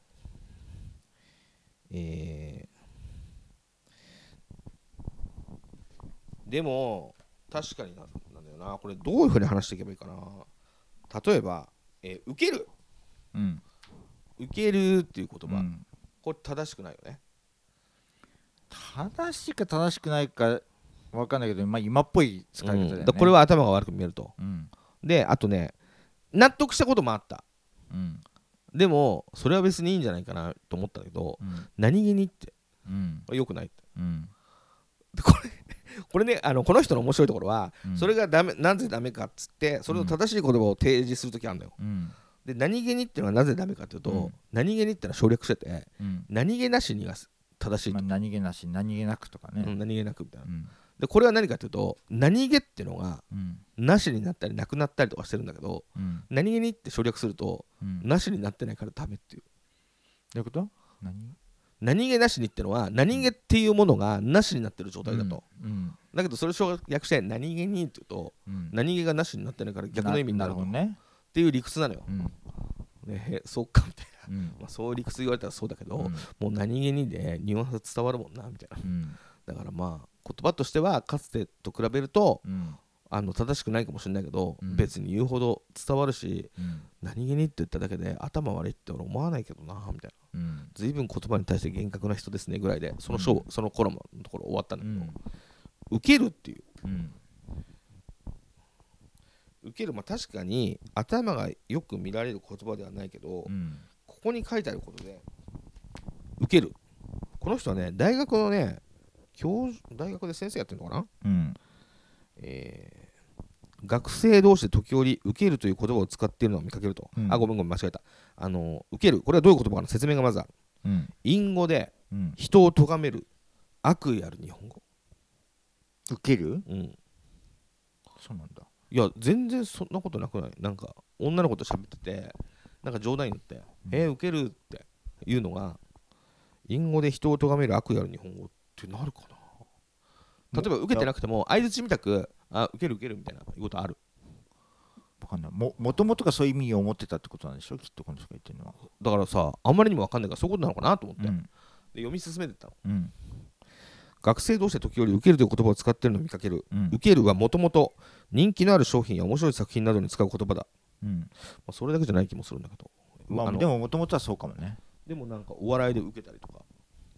でも確かになんだよな、これどういうふうに話していけばいいかな。例えば、受ける、受けるっていう言葉、これ正しくないよね。 正しいか正しくないか分かんないけど、まあ、今っぽい使い方だよね、 これは頭が悪く見えると、であとね、納得したこともあった、でもそれは別にいいんじゃないかなと思ったけど、何気にって、よくないって、でこれね、この人の面白いところは、それがなぜダメかっつって、それの正しい言葉を提示するときあるんだよ、で何気にっていうのはなぜダメかっていうと、何気にってのは省略してて、何気なしにが正しいと、 何気なし、何気なくとかね、 何気なくみたいな、でこれは何かっていうと、何気っていうのがなしになったりなくなったりとかしてるんだけど、何気にって省略すると、なしになってないからダメっていう。 どういうこと？ 何気なしにってのは、何気っていうものがなしになってる状態だと、だけどそれを省略して何気にっていうと、何気がなしになってないから逆の意味になるとっていう理屈なのよ、そうかみたいな、そういう理屈言われたらそうだけど、もう何気にでニュアンス伝わるもんなみたいな、だからまあ言葉としてはかつてと比べると、正しくないかもしれないけど、別に言うほど伝わるし、何気にって言っただけで頭悪いって俺思わないけどなみたいな、随分言葉に対して厳格な人ですねぐらいでその頃のところ終わったんだけど、受けるっていう、受ける、まあ確かに頭がよく見られる言葉ではないけど、ここに書いてあることで受ける、この人はね、大学のね大学で先生やってるのかな、学生同士で時折受けるという言葉を使っているのを見かけると、ごめん間違えた、受ける、これはどういう言葉かの説明がまずある、隠語で人を咎める悪意ある日本語、 受ける？そうなんだ。 いや全然そんなことなくない？なんか女の子と喋ってて、なんか冗談言って、受けるっていうのが隠語で人を咎める悪意ある日本語ってなるかな。例えば受けてなくても相づちみたく受ける受けるみたいなことある？ 分かんない。もともとがそういう意味を持ってたってことなんでしょ、きっとこの人が言ってるのは。 だからさ、あんまりにも分かんないからそういうことなのかなと思って、で読み進めてったの、学生同士で時折受けるという言葉を使っているのを見かける、受けるはもともと人気のある商品や面白い作品などに使う言葉だ、それだけじゃない気もするんだけど、 でももともとはそうかもね。 でもなんかお笑いで受けたりとか、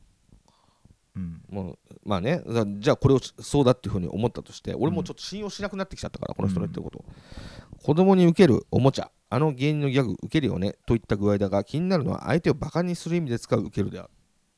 まあね、じゃあこれをそうだっていうふうに思ったとして、俺もちょっと信用しなくなってきちゃったから、この人の言ってること、子供に受けるおもちゃ、芸人のギャグ受けるよねといった具合だが、気になるのは相手をバカにする意味で使う受けるである。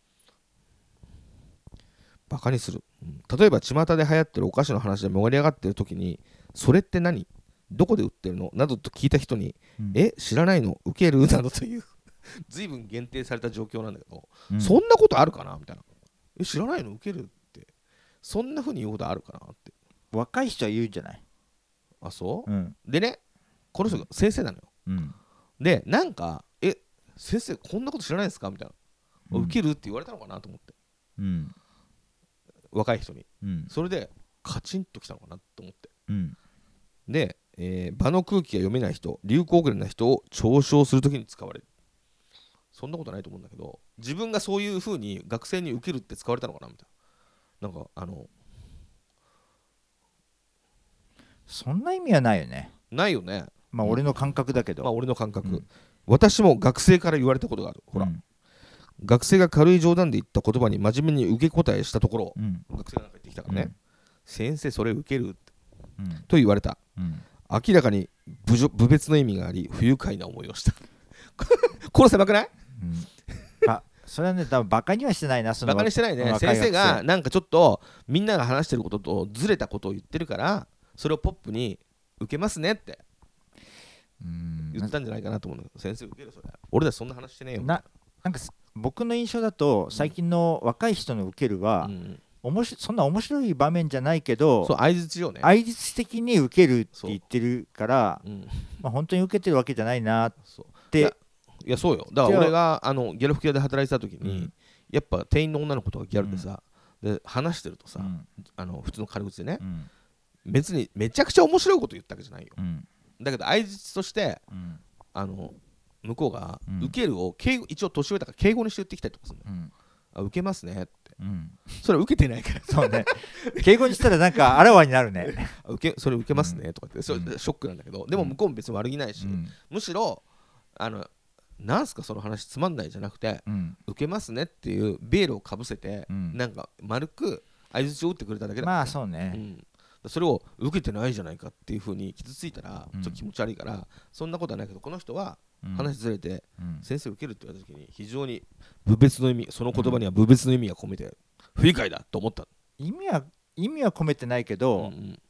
バカにする、例えば巷で流行ってるお菓子の話で盛り上がってる時に、それって何、どこで売ってるのなどと聞いた人に、知らないの受けるなどという随分限定された状況なんだけど、そんなことあるかなみたいな、知らないの受けるってそんな風に言うことあるかなって。 若い人は言うんじゃない？ あ、そう、 うん、 でね、この人が先生なのよ、 うん、 でなんか先生こんなこと知らないですかみたいな、受けるって言われたのかなと思って、 うん、 若い人に、 うん、 それでカチンときたのかなと思って、 うん、 で、場の空気が読めない人、流行遅れな人を嘲笑するときに使われる。そんなことないと思うんだけど、自分がそういう風に学生に受けるって使われたのかなみたいな、なんかそんな意味はないよね。 ないよね。 まあ俺の感覚だけど、 まあ俺の感覚、 うん、 私も学生から言われたことがある。ほら、 うん、 学生が軽い冗談で言った言葉に真面目に受け答えしたところ、 うん、 学生がなんか言ってきたからね、 うん、 先生それ受けるって、 うん、 と言われた。 うん、 明らかに侮蔑の意味があり不愉快な思いをした。これ狭くない？ うん、あ、それはね、多分バカにはしてないな、そのバカにしてないね。先生がなんかちょっとみんなが話してることとずれたことを言ってるから、それをポップに受けますねって言ったんじゃないかなと思うんだけど、先生受けるそれ。俺らそんな話してねえよ。 なんか僕の印象だと最近の若い人の受けるは、そんな面白い場面じゃないけど、 そう、相槌よね。 相槌的に受けるって言ってるから、まあ、本当に受けてるわけじゃないなって。 いやそうよ。だから俺がギャル服屋で働いてた時に、やっぱ店員の女の子とかギャルでさ、で話してるとさ、普通の軽口でね、別にめちゃくちゃ面白いこと言ったわけじゃないよ、だけど相槌として、向こうが受けるを一応年上だから敬語にして言ってきたりとかするの、あ、受けますねって、それ受けてないからそうね、敬語にしたらなんかあらわになるねそれ受けますねとかって、それショックなんだけど、でも向こうも別に悪気ないし、むしろなんすかその話つまんないじゃなくて、受けますねっていうベールをかぶせて、なんか丸く相槌を打ってくれただけだから、 まあそうね、 それを受けてないじゃないかっていう風に傷ついたらちょっと気持ち悪いから、そんなことはないけど、この人は話ずれて、先生受けるって言われた時に非常に侮蔑の意味、その言葉には侮蔑の意味が込めて不愉快だと思った。 意味は込めてないけど、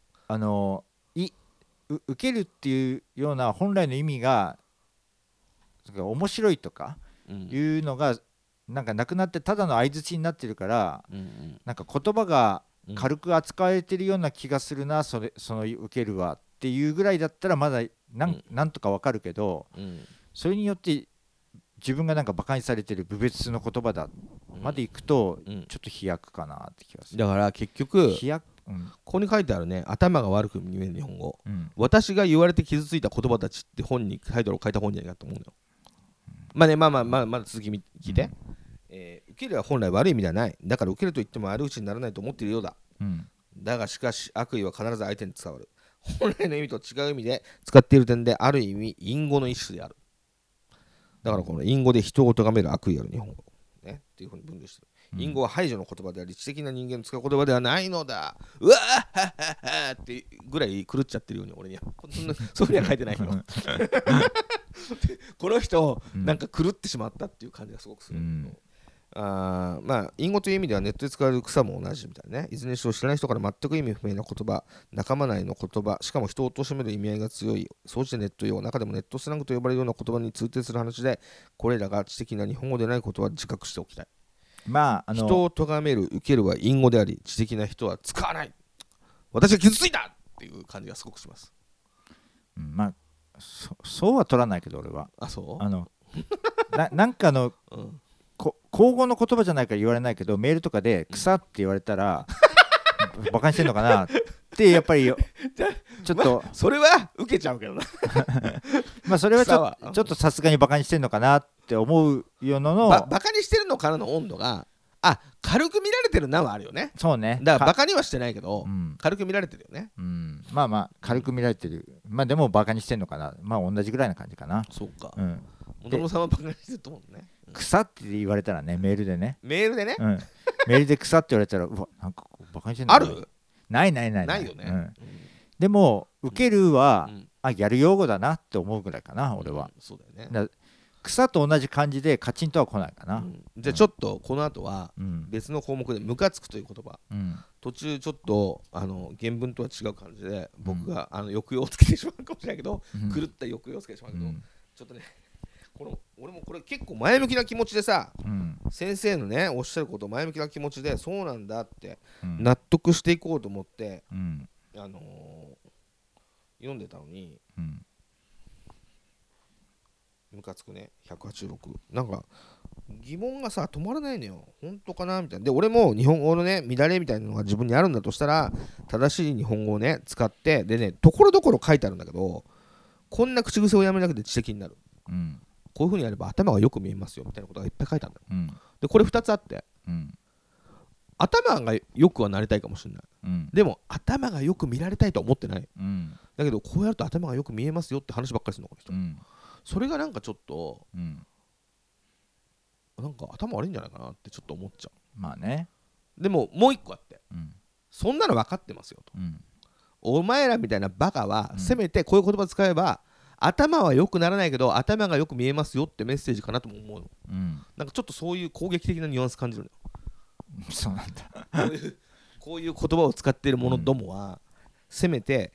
受けるっていうような本来の意味が面白いとかいうのがなんかなくなって、ただの相槌になってるから、なんか言葉が軽く扱われてるような気がするな、その受けるはっていうぐらいだったらまだなんとかわかるけど、それによって自分がなんかバカにされてる侮蔑の言葉だまでいくとちょっと飛躍かなって気がする。 だから結局飛躍、 ここに書いてあるね、頭が悪く見える日本語、私が言われて傷ついた言葉たちって本にタイトルを書いた本じゃないかと思うのよ。まあね、まだ続き聞いて、受けるは本来悪い意味ではない。だから受けると言っても悪口にならないと思っているようだ。だがしかし悪意は必ず相手に伝わる。本来の意味と違う意味で使っている点である意味隠語の一種である。だからこの隠語で人を咎める悪意ある日本語、ね、っていうふうに分類してる。隠語は排除の言葉であり知的な人間の使う言葉ではないのだ。うわーはっはっはってぐらい狂っちゃってるように俺にはそういうふうには書いてないよこの人なんか狂ってしまったっていう感じがすごくする。まあ隠語という意味ではネットで使われる草も同じみたいなね。いずれにしろ知らない人から全く意味不明な言葉、仲間内の言葉、しかも人を貶める意味合いが強い、総じてネット用、中でもネットスラングと呼ばれるような言葉に通底する話で、これらが知的な日本語でないことは自覚しておきたい。 まあ人を咎める、受けるは隠語であり、知的な人は使わない。私は傷ついたっていう感じがすごくします。 まあそうは取らないけど俺は。 あ、そうなんかの、口語の言葉じゃないから言われないけど、メールとかで草って言われたらバカにしてんのかなってやっぱりちょっと、 それは受けちゃうけどなまあそれはちょっとさすがにバカにしてんのかなって思うようなのバカにしてるのからの温度が軽く見られてるなはあるよね。 そうね、 だからバカにはしてないけど、軽く見られてるよね。 まあ軽く見られてる。まあでもバカにしてんのかな、まあ同じぐらいな感じかな。 そうか。元野さんはバカにしてると思うね。 草って言われたらね、メールでね、 メールで草って言われたら、うわ、なんかバカにしてんのある？ ないよね。でも受けるはやる用語だなって思うぐらいかな俺は。 そうだよね。 草と同じ感じでカチンとは来ないかな。 じゃあちょっとこの後は別の項目でムカつくという言葉、途中ちょっと原文とは違う感じで僕が抑揚をつけてしまうかもしれないけど、狂った抑揚をつけてしまうけど、ちょっとね、俺もこれ結構前向きな気持ちでさ、先生のねおっしゃることを前向きな気持ちでそうなんだって納得していこうと思って、 読んでたのに、 うん、 ムカつくね186、なんか疑問がさ止まらないのよ。本当かなみたいな。で俺も日本語のね乱れみたいなのが自分にあるんだとしたら、正しい日本語をね使って、でねところどころ書いてあるんだけど、こんな口癖をやめなくて知的になる、 うん、 こういう風にやれば頭がよく見えますよみたいなことがいっぱい書いてあるんだよ、 うん、 でこれ2つあって、 うん、 頭がよくはなりたいかもしれない、 うん、 でも頭がよく見られたいとは思ってない、 うん、 だけどこうやると頭がよく見えますよって話ばっかりするのこの人、 うん、 それがなんかちょっと、 うん、 なんか頭悪いんじゃないかなってちょっと思っちゃまあね、 う。でももう一個あって、 うん、 そんなの分かってますよと、 うん、 お前らみたいなバカはせめてこういう言葉使えば、頭は良くならないけど頭がよく見えますよってメッセージかなとも思うの、 うん、 なんかちょっとそういう攻撃的なニュアンス感じるのよ。 そうなんだ。 こういう言葉を使っている者どもは、せめて、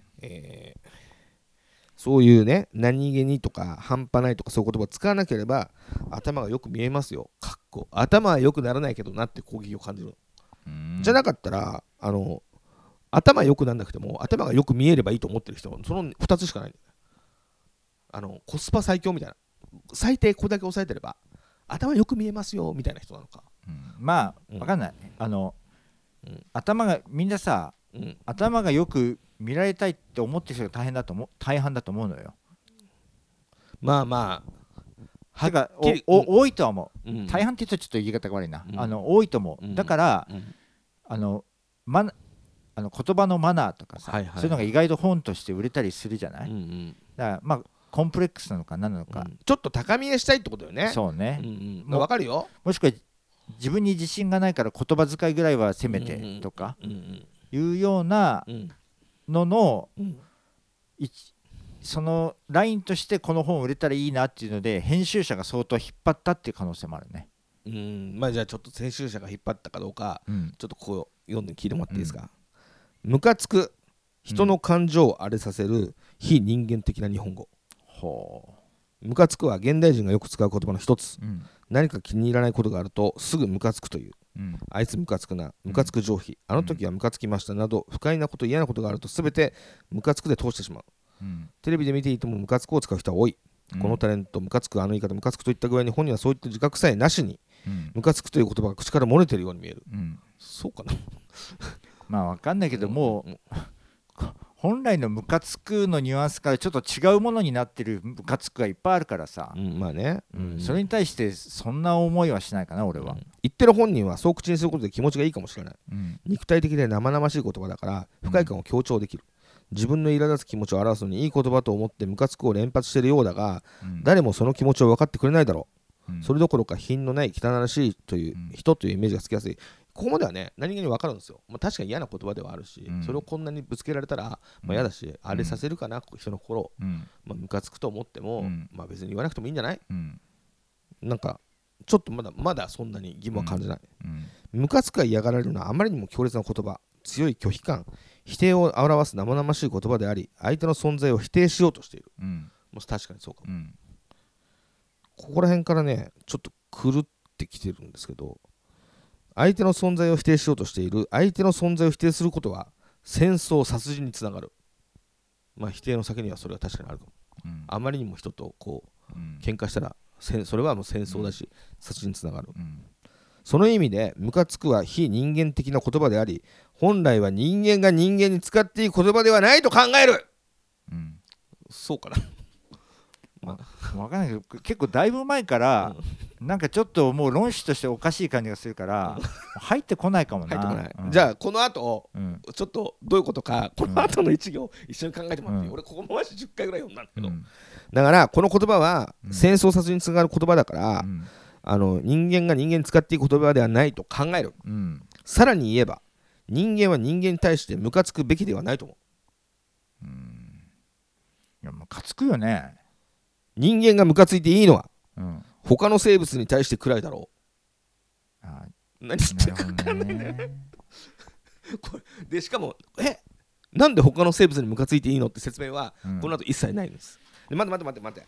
そういうね何気にとか半端ないとかそういう言葉を使わなければ頭がよく見えますよ、かっこ頭は良くならないけどなって攻撃を感じるの。じゃなかったら頭良くなんなくても頭がよく見えればいいと思ってる人はその2つしかないんだよ。コスパ最強みたいな、最低これだけ抑えてれば頭よく見えますよみたいな人なのか、 まあ分かんない、頭がみんなさ、頭がよく見られたいって思ってる人が大半だと思うのよ。 まあまあてか多いとは思う、大半って言うとちょっと言い方が悪いな、多いと思う、だから、言葉のマナーとかさ、そういうのが意外と本として売れたりするじゃない、だからまあコンプレックスなのか何なのか、 ちょっと高見えしたいってことよね。 そうね、 分かるよ。 もしくは自分に自信がないから言葉遣いぐらいはせめてとかいうようなのの、そのラインとしてこの本売れたらいいなっていうので編集者が相当引っ張ったっていう可能性もあるね。 まあじゃあちょっと編集者が引っ張ったかどうか、ちょっとこう読んで聞いてもらっていいですか。ムカつく、人の感情を荒れさせる非人間的な日本語。ムカつくは現代人がよく使う言葉の一つ、何か気に入らないことがあるとすぐムカつくという、あいつムカつくな、ムカつく上皮、あの時はムカつきましたなど不快なこと嫌なことがあると全てムカつくで通してしまう、テレビで見ていてもムカつくを使う人は多い、このタレントムカつく、あの言い方ムカつくといった具合に本人はそういった自覚さえなしに、ムカつくという言葉が口から漏れているように見える、そうかなまあ分かんないけども本来のムカつくのニュアンスからちょっと違うものになってるムカつくがいっぱいあるからさ、 まあね、 それに対してそんな思いはしないかな俺は、 言ってる本人はそう口にすることで気持ちがいいかもしれない、肉体的で生々しい言葉だから不快感を強調できる、自分の苛立つ気持ちを表すのにいい言葉と思ってムカつくを連発しているようだが、誰もその気持ちを分かってくれないだろう、それどころか品のない汚らしいという人というイメージがつきやすい。ここまではね何気に分かるんですよ、確かに嫌な言葉ではあるし、それをこんなにぶつけられたら嫌だし、あれさせるかな、人の心を、ムカつくと思っても、別に言わなくてもいいんじゃない、なんかちょっとまだそんなに疑問は感じない、ムカつくが嫌がられるのはあまりにも強烈な言葉、強い拒否感、否定を表す生々しい言葉であり、相手の存在を否定しようとしている、もし確かにそうかも、ここら辺からねちょっと狂ってきてるんですけど、相手の存在を否定しようとしている、相手の存在を否定することは戦争殺人につながる、否定の先にはそれは確かにあるかも、あまりにも人とこう、喧嘩したらそれはもう戦争だし、殺人につながる、その意味でムカつくは非人間的な言葉であり、本来は人間が人間に使っていい言葉ではないと考える、そうかな分かんないけど結構だいぶ前から、なんかちょっともう論旨としておかしい感じがするから入ってこないかもな。 入ってこない、じゃあこの後、ちょっとどういうことかこの後の一行一緒に考えてもらっていい、俺ここ回し10回ぐらい読んだんだけど、だからこの言葉は戦争殺人につながる言葉だから、人間が人間に使っていく言葉ではないと考える、さらに言えば人間は人間に対してムカつくべきではないと思う。 いやムカつくよね。 人間がムカついていいのは、他の生物に対してくらいだろう。何言ってるか分かんないねこれでしかもなんで他の生物にムカついていいのって説明は、この後一切ないんです。で待って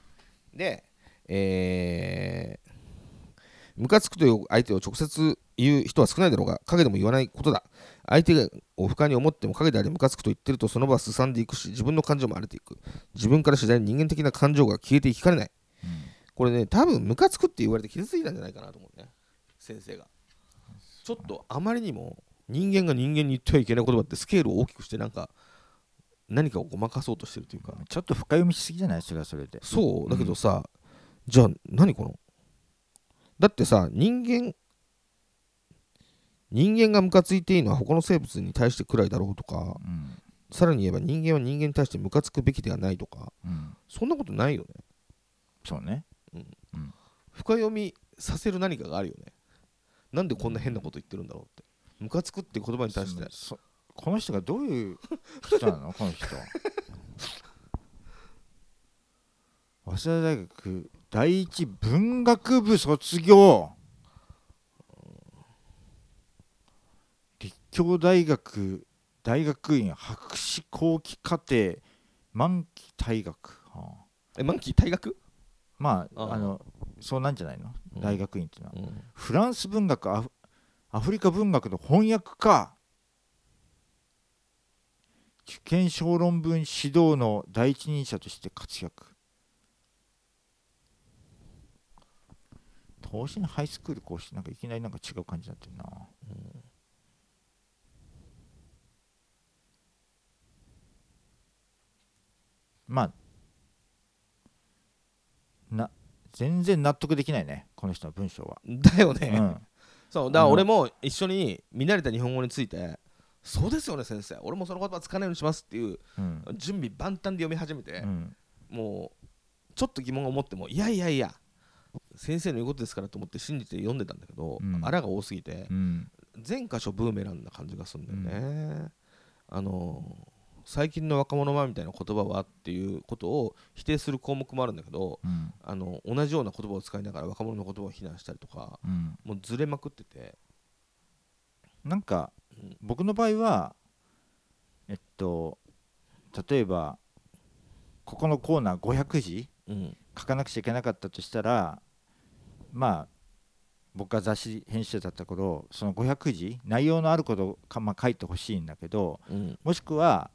でムカつくという相手を直接言う人は少ないだろうが、陰でも言わないことだ。 相手がを不快に思っても陰でありムカつくと言ってるとその場はすさんでいくし、自分の感情も荒れていく。自分から次第に人間的な感情が消えていきかねない。これね、多分ムカつくって言われて傷ついたんじゃないかなと思うね、先生が。ちょっとあまりにも人間が人間に言ってはいけない言葉ってスケールを大きくして何かをごまかそうとしてるというか、 ちょっと深読みしすぎじゃない？それはそれで。 そうだけどさ、じゃあ何この、だってさ、人間がムカついていいのは他の生物に対してくらいだろうとか、さらに言えば人間は人間に対してムカつくべきではないとか、そんなことないよね。 そうね、 深読みさせる何かがあるよね。なんでこんな変なこと言ってるんだろうって。ムカつくって言葉に対してこの人がどういう人なのこの人早稲田大学第一文学部卒業、立教大学大学院博士後期課程満期退学、 満期退学、 まあそうなんじゃないの、大学院っていうのは、フランス文学アフリカ文学の翻訳家、受験小論文指導の第一人者として活躍。東進ハイスクール講師、なんかいきなりなんか違う感じになってるな、まあ全然納得できないね、この人の文章は。 だよね、そうだから俺も一緒に見慣れた日本語について、そうですよね先生、俺もその言葉使わないようにしますっていう、準備万端で読み始めて、もうちょっと疑問を持っても、いや先生の言うことですからと思って信じて読んでたんだけど、あらが多すぎて、全箇所ブーメランな感じがするんだよね。最近の若者はみたいな言葉はっていうことを否定する項目もあるんだけど、同じような言葉を使いながら若者の言葉を非難したりとか、もうずれまくってて、 なんか、僕の場合は例えばここのコーナー500字、書かなくちゃいけなかったとしたら、まあ僕が雑誌編集者だった頃、その500字内容のあることを書いてほしいんだけど、もしくは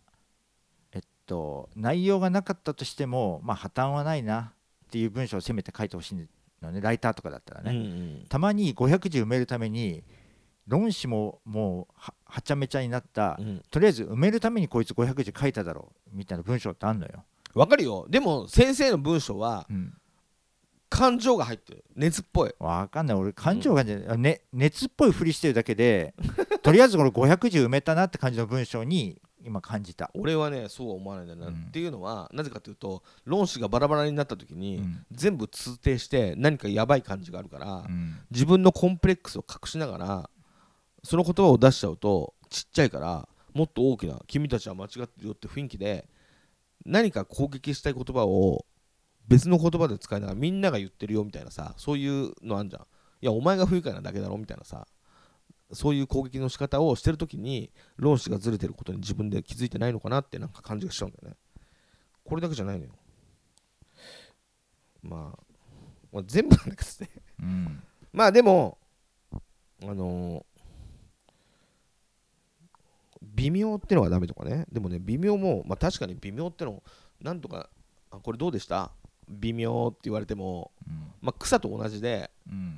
内容がなかったとしても、破綻はないなっていう文章をせめて書いてほしいのね、ライターとかだったらね、たまに500字埋めるために論旨ももう はちゃめちゃになった、とりあえず埋めるためにこいつ500字書いただろうみたいな文章ってあんのよ。 わかるよ。でも先生の文章は、感情が入ってる、熱っぽい。 わかんない、俺感情が、熱っぽいふりしてるだけでとりあえずこれ500字埋めたなって感じの文章に今感じた。 俺はね、そうは思わないんだな、っていうのはなぜかというと、論旨がバラバラになった時に、全部通底して何かやばい感じがあるから、自分のコンプレックスを隠しながらその言葉を出しちゃうと、ちっちゃいからもっと大きな君たちは間違ってるよって雰囲気で何か攻撃したい言葉を別の言葉で使いながらみんなが言ってるよみたいなさ、そういうのあんじゃん。いやお前が不愉快なだけだろみたいなさ、そういう攻撃の仕方をしてるときに論旨がずれてることに自分で気づいてないのかなってなんか感じがしちゃうんだよね。これだけじゃないのよ。まあ全部なんだけどね、まあでも微妙ってのがダメとかね。でもね、微妙も、確かに微妙ってのなんとか、これどうでした微妙って言われても、草と同じで、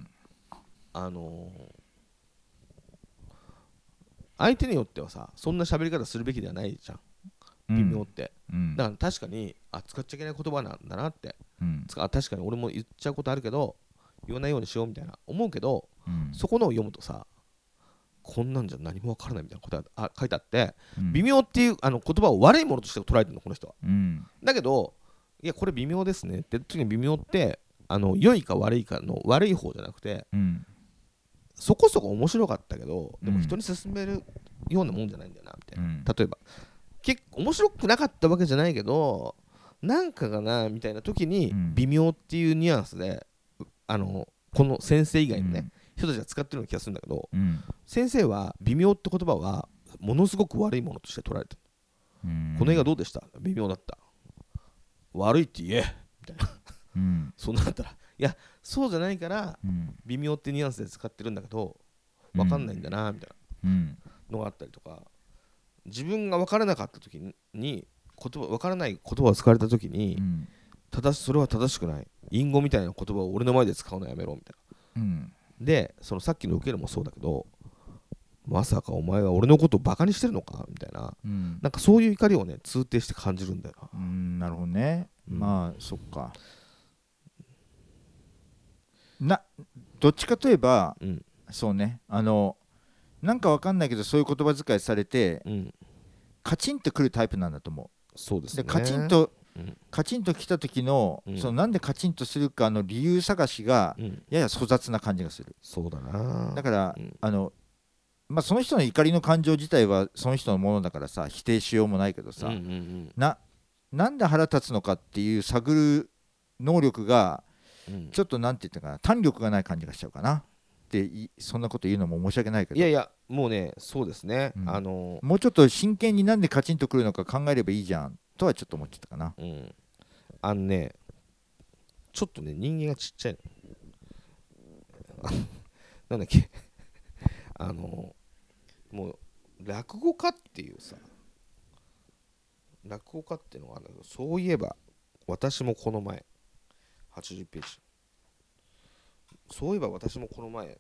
相手によってはさ、そんな喋り方するべきではないじゃん、微妙って、だから確かに使っちゃいけない言葉なんだなって、確かに俺も言っちゃうことあるけど言わないようにしようみたいな思うけど、そこのを読むとさ、こんなんじゃ何もわからないみたいなことが書いてあって、微妙っていう言葉を悪いものとして捉えてるのこの人は、だけどいやこれ微妙ですねって時に、微妙って良いか悪いかの悪い方じゃなくて、そこそこ面白かったけどでも人に勧めるようなもんじゃないんだよなみたいな、例えば結構面白くなかったわけじゃないけどなんかがなみたいな時に、微妙っていうニュアンスでこの先生以外のね、人たちが使ってるような気がするんだけど、先生は微妙って言葉はものすごく悪いものとして捉えてる。この映画どうでした？微妙だった。悪いって言えみたいな、そんなだったら、いやそうじゃないから、微妙ってニュアンスで使ってるんだけど分かんないんだなみたいな、 のがあったりとか、自分が分からなかった時に分からない言葉を使われた時に、それは正しくない、隠語みたいな言葉を俺の前で使うのやめろみたいな、でそのさっきの受けるもそうだけど、まさかお前は俺のことをバカにしてるのかみたいな、なんかそういう怒りをね通底して感じるんだよな。 なるほどね、まあそっか。どっちかといえば、そうね、なんかわかんないけどそういう言葉遣いされて、カチンとくるタイプなんだと思う。 そうですね。 でカチンと来た時の、そのなんでカチンとするかの理由探しが、やや粗雑な感じがする。 そうだな。 だから、まあ、その人の怒りの感情自体はその人のものだからさ、否定しようもないけどさ、なんで腹立つのかっていう探る能力が、ちょっとなんて言ったかな、胆力がない感じがしちゃうかなって、そんなこと言うのも申し訳ないけど、 いやいやもうね、そうですね、 もうちょっと真剣になんでカチンとくるのか考えればいいじゃんとはちょっと思っちゃったかな。 ね、ちょっとね人間がちっちゃいのなんだっけもう落語家っていうさ、落語家っていうのがあるんだけど、そういえば私もこの前80ページ、そういえば私もこの前って、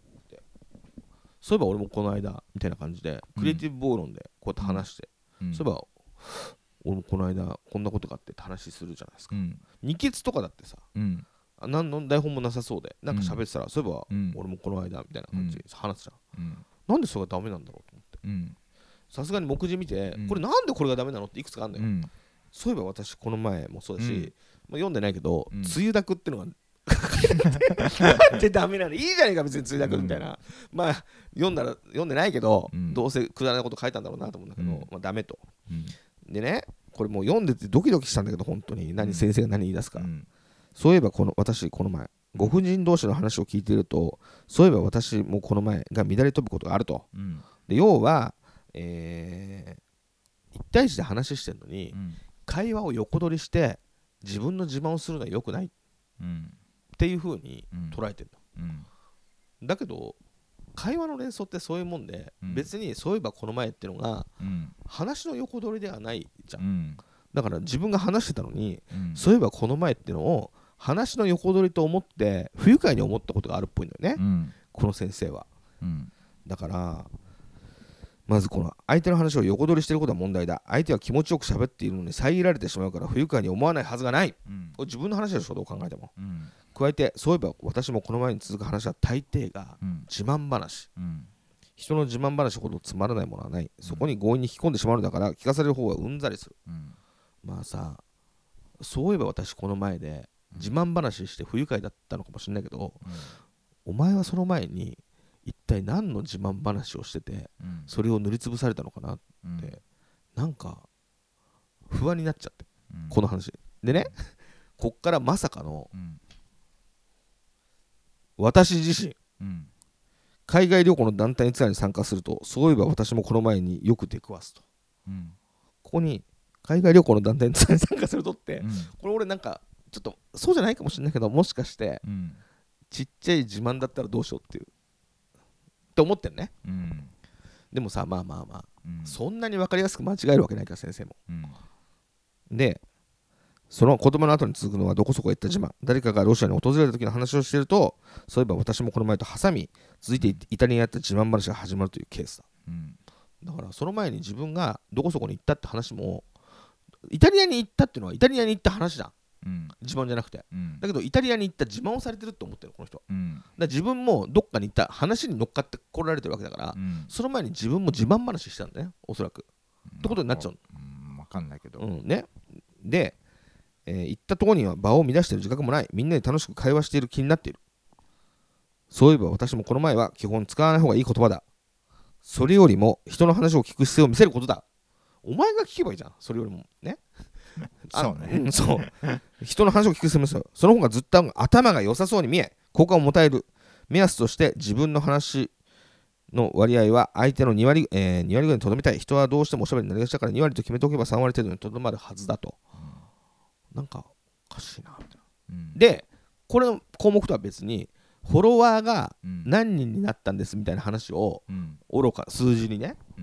そういえば俺もこの間みたいな感じで、クリエイティブ暴論でこうやって話して、そういえば俺もこの間こんなことがあってって話するじゃないですか。二血とかだってさ、何の台本もなさそうでなんか喋ってたら、そういえば俺もこの間みたいな感じで話すじゃん。なんでそれがダメなんだろうと思って、さすがに目次見て、これなんでこれがダメなのっていくつかあるんだよ。そういえば私この前もそうだし、読んでないけど、梅雨だくってのがなんでダメなの、いいじゃねえか別に梅雨だくみたいな、まあ読んでないけど、どうせくだらないこと書いたんだろうなと思うんだけど、まあダメと。でね、これもう読んでてドキドキしたんだけど、本当に先生が何言い出すか。そういえば私この前ご婦人同士の話を聞いていると、そういえば私もこの前が乱れ飛ぶことがあると。で要は、1対1で話してるのに、会話を横取りして自分の自慢をするのは良くないっていう風に捉えてるの。だけど会話の連想ってそういうもんで、別にそういえばこの前っていうのが、話の横取りではないじゃん。だから自分が話してたのに、そういえばこの前っていうのを話の横取りと思って不愉快に思ったことがあるっぽいんだよね、この先生は。だからまずこの相手の話を横取りしてることは問題だ。相手は気持ちよく喋っているのに遮られてしまうから不愉快に思わないはずがない、これ自分の話でしょ、どう考えても。加えてそういえば私もこの前に続く話は大抵が自慢話、人の自慢話ほどつまらないものはない。そこに強引に引き込んでしまうのだから聞かされる方はうんざりする。まあさ、そういえば私この前で自慢話して不愉快だったのかもしれないけど、お前はその前に一体何の自慢話をしてて、それを塗りつぶされたのかなって、なんか不安になっちゃって、この話でね、こっからまさかの、私自身、海外旅行の団体ツアーに参加すると、そういえば私もこの前によく出くわすと、ここに海外旅行の団体ツアーに参加するとって、これ俺なんかちょっとそうじゃないかもしれないけど、もしかして、ちっちゃい自慢だったらどうしようっていうって思ってるね、でもさ、まあ、そんなに分かりやすく間違えるわけないから先生も、でその言葉の後に続くのはどこそこ行った自慢。誰かがロシアに訪れた時の話をしていると、そういえば私もこの前と挟み、続いてイタリアにやった自慢話が始まるというケースだ。だからその前に自分がどこそこに行ったって話も、イタリアに行ったっていうのはイタリアに行った話だ、自慢じゃなくて、だけどイタリアに行った自慢をされてるって思ってるこの人、だから自分もどっかに行った話に乗っかってこられてるわけだから、その前に自分も自慢話してたんだね、おそらく、ってことになっちゃうの。分かんないけど、 ね。で行ったところには場を乱している自覚もない。みんなで楽しく会話している気になっている。そういえば私もこの前は基本使わない方がいい言葉だ。それよりも人の話を聞く姿勢を見せることだ。お前が聞けばいいじゃん、それよりもね。 そうね、 そう人の話を聞く姿勢を見せる。その方がずっと頭が良さそうに見え、好感を持たれる。目安として自分の話の割合は相手の2割、2割ぐらいにとどめたい。人はどうしてもおしゃべりになりがちだから2割と決めておけば3割程度にとどまるはずだと。なんかおかしいなみたいな、でこれの項目とは別にフォロワーが何人になったんですみたいな話を、愚か数字にね、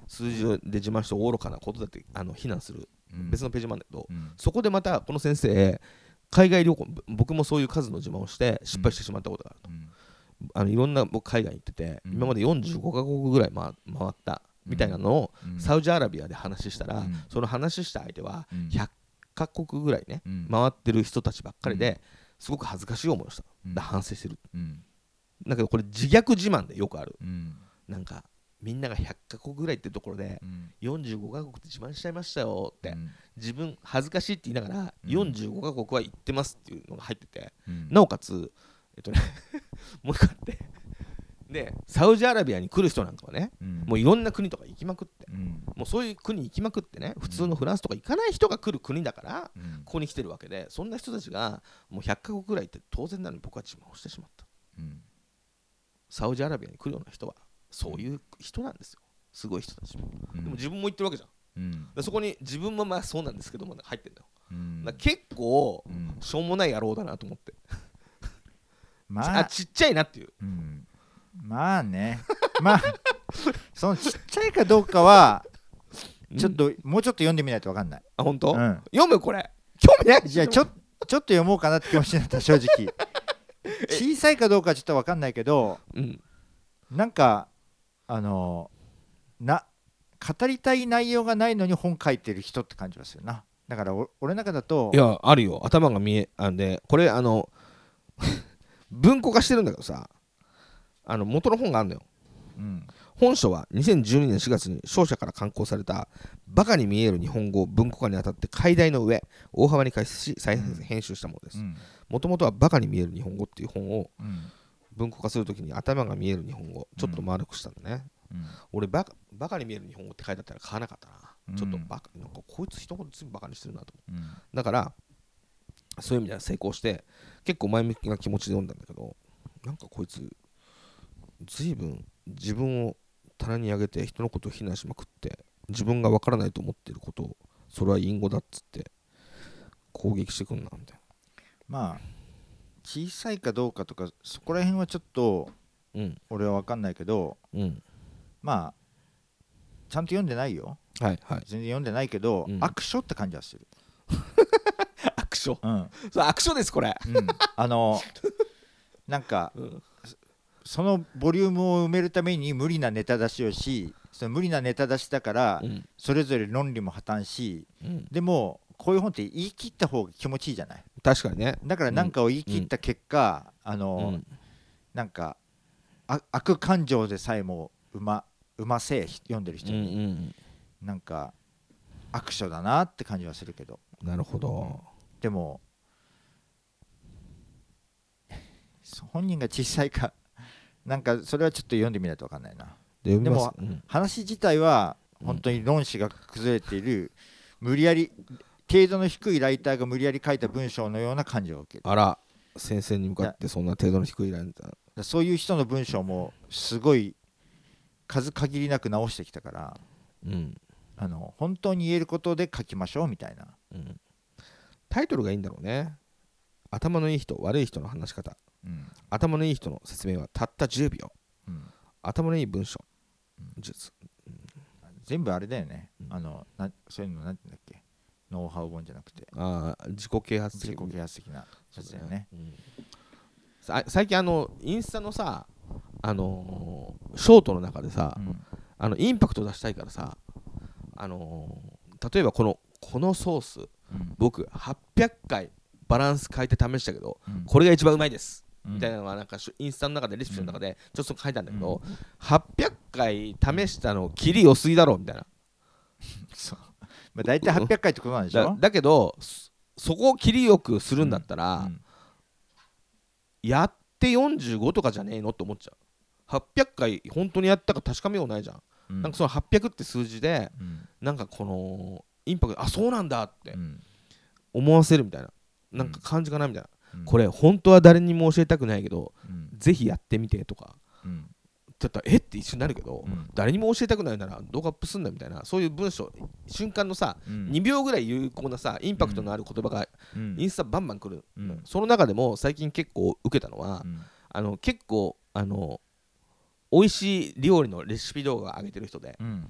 数字で自慢して愚かなことだって非難する別のページもあるんだけど、 うん、 そこでまたこの先生海外旅行、僕もそういう数の自慢をして失敗してしまったことがあると、いろんな僕海外行ってて、今まで45カ国ぐらい回ったみたいなのを、サウジアラビアで話したら、その話した相手は100カ国ぐらいね、回ってる人たちばっかりですごく恥ずかしい思いをした、だ反省してる、だけどこれ自虐自慢でよくある、なんかみんなが100カ国ぐらいってところで、45カ国って自慢しちゃいましたよって、自分恥ずかしいって言いながら、45カ国は行ってますっていうのが入ってて、なおかつもう一個あってでサウジアラビアに来る人なんかはね、もういろんな国とか行きまくって、もうそういう国行きまくってね、普通のフランスとか行かない人が来る国だから、ここに来てるわけで、そんな人たちがもう100カ国ぐらいって当然なのに僕は自慢をしてしまった、サウジアラビアに来るような人はそういう人なんですよ、すごい人たちも、でも自分も言ってるわけじゃん、でそこに自分もまあそうなんですけども入ってんだよ、だ結構、しょうもない野郎だなと思ってまあちっちゃいなっていう、 まあねまあそのちっちゃいかどうかはちょっともうちょっと読んでみないと分かんない。 あ、本当？読むこれ興味ない。 じゃあちょっと読もうかなって気持ちになった正直小さいかどうかちょっと分かんないけど、なんか語りたい内容がないのに本書いてる人って感じますよな。だから俺の中だと、 いやあるよ、頭がでこれ文庫化してるんだけどさ、元の本があるんだよ、本書は2012年4月に商社から刊行されたバカに見える日本語文庫化にあたって最大の上大幅に解説し再編集したものです。もともとはバカに見える日本語っていう本を文庫化するときに頭が見える日本語ちょっと丸くしたんだね、俺バカに見える日本語って書いてあったら買わなかったな、ちょっとバカなんかこいつ一言ずつバカにしてるなと思う、だからそういう意味では成功して結構前向きな気持ちで読んだんだけど、なんかこいつ随分自分を棚に上げて人のことを非難しまくって、自分が分からないと思っていることをそれは隠語だっつって攻撃してくんなみたいな。 まあ小さいかどうかとかそこら辺はちょっと俺は分かんないけど、まあちゃんと読んでないよ、全然読んでないけど、悪書って感じはする悪書、そう悪書ですこれ、 なんか、そのボリュームを埋めるために無理なネタ出しをし、その無理なネタ出しだから、それぞれ論理も破綻し、でもこういう本って言い切った方が気持ちいいじゃない。 確かにね。 だから何かを言い切った結果、なんか悪感情でさえもうませ読んでる人に、なんか悪書だなって感じはするけど。 なるほど。 でも本人が小さいかなんかそれはちょっと読んでみないと分かんないな。でも、話自体は本当に論旨が崩れている、無理やり程度の低いライターが無理やり書いた文章のような感じを受ける。 あら、先生に向かってそんな程度の低いライター、そういう人の文章もすごい数限りなく直してきたから、本当に言えることで書きましょうみたいな、 タイトルがいいんだろうね。頭のいい人悪い人の話し方、頭のいい人の説明はたった10秒、頭のいい文章、術、 全部あれだよね、そういうのなんて言うんだっけ、ノウハウ本じゃなくて自己啓発的なやつだよね。 最近インスタのさショートの中でさ、インパクト出したいからさ、例えばこのソース、僕800回バランス変えて試したけど、これが一番うまいです、みたいなのがなんかインスタの中でレシピの中でちょっと書いたんだけど、800回試したの切り良すぎだろみたいなまあ、大体800回ってことなんでしょ。 だけどそこを切りよくするんだったら、やって45とかじゃねえのって思っちゃう。800回本当にやったか確かめようないじゃん、なんかその800って数字で、なんかこのインパクト、あ、そうなんだって思わせるみたいな、なんか感じかなみたいな、これ本当は誰にも教えたくないけど、ぜひやってみてとか、だったらって一瞬になるけど、誰にも教えたくないなら動画アップすんだみたいな、そういう文章瞬間のさ、2秒ぐらい有効なさインパクトのある言葉がインスタバンバン来る、その中でも最近結構受けたのは、結構美味しい料理のレシピ動画上げてる人で、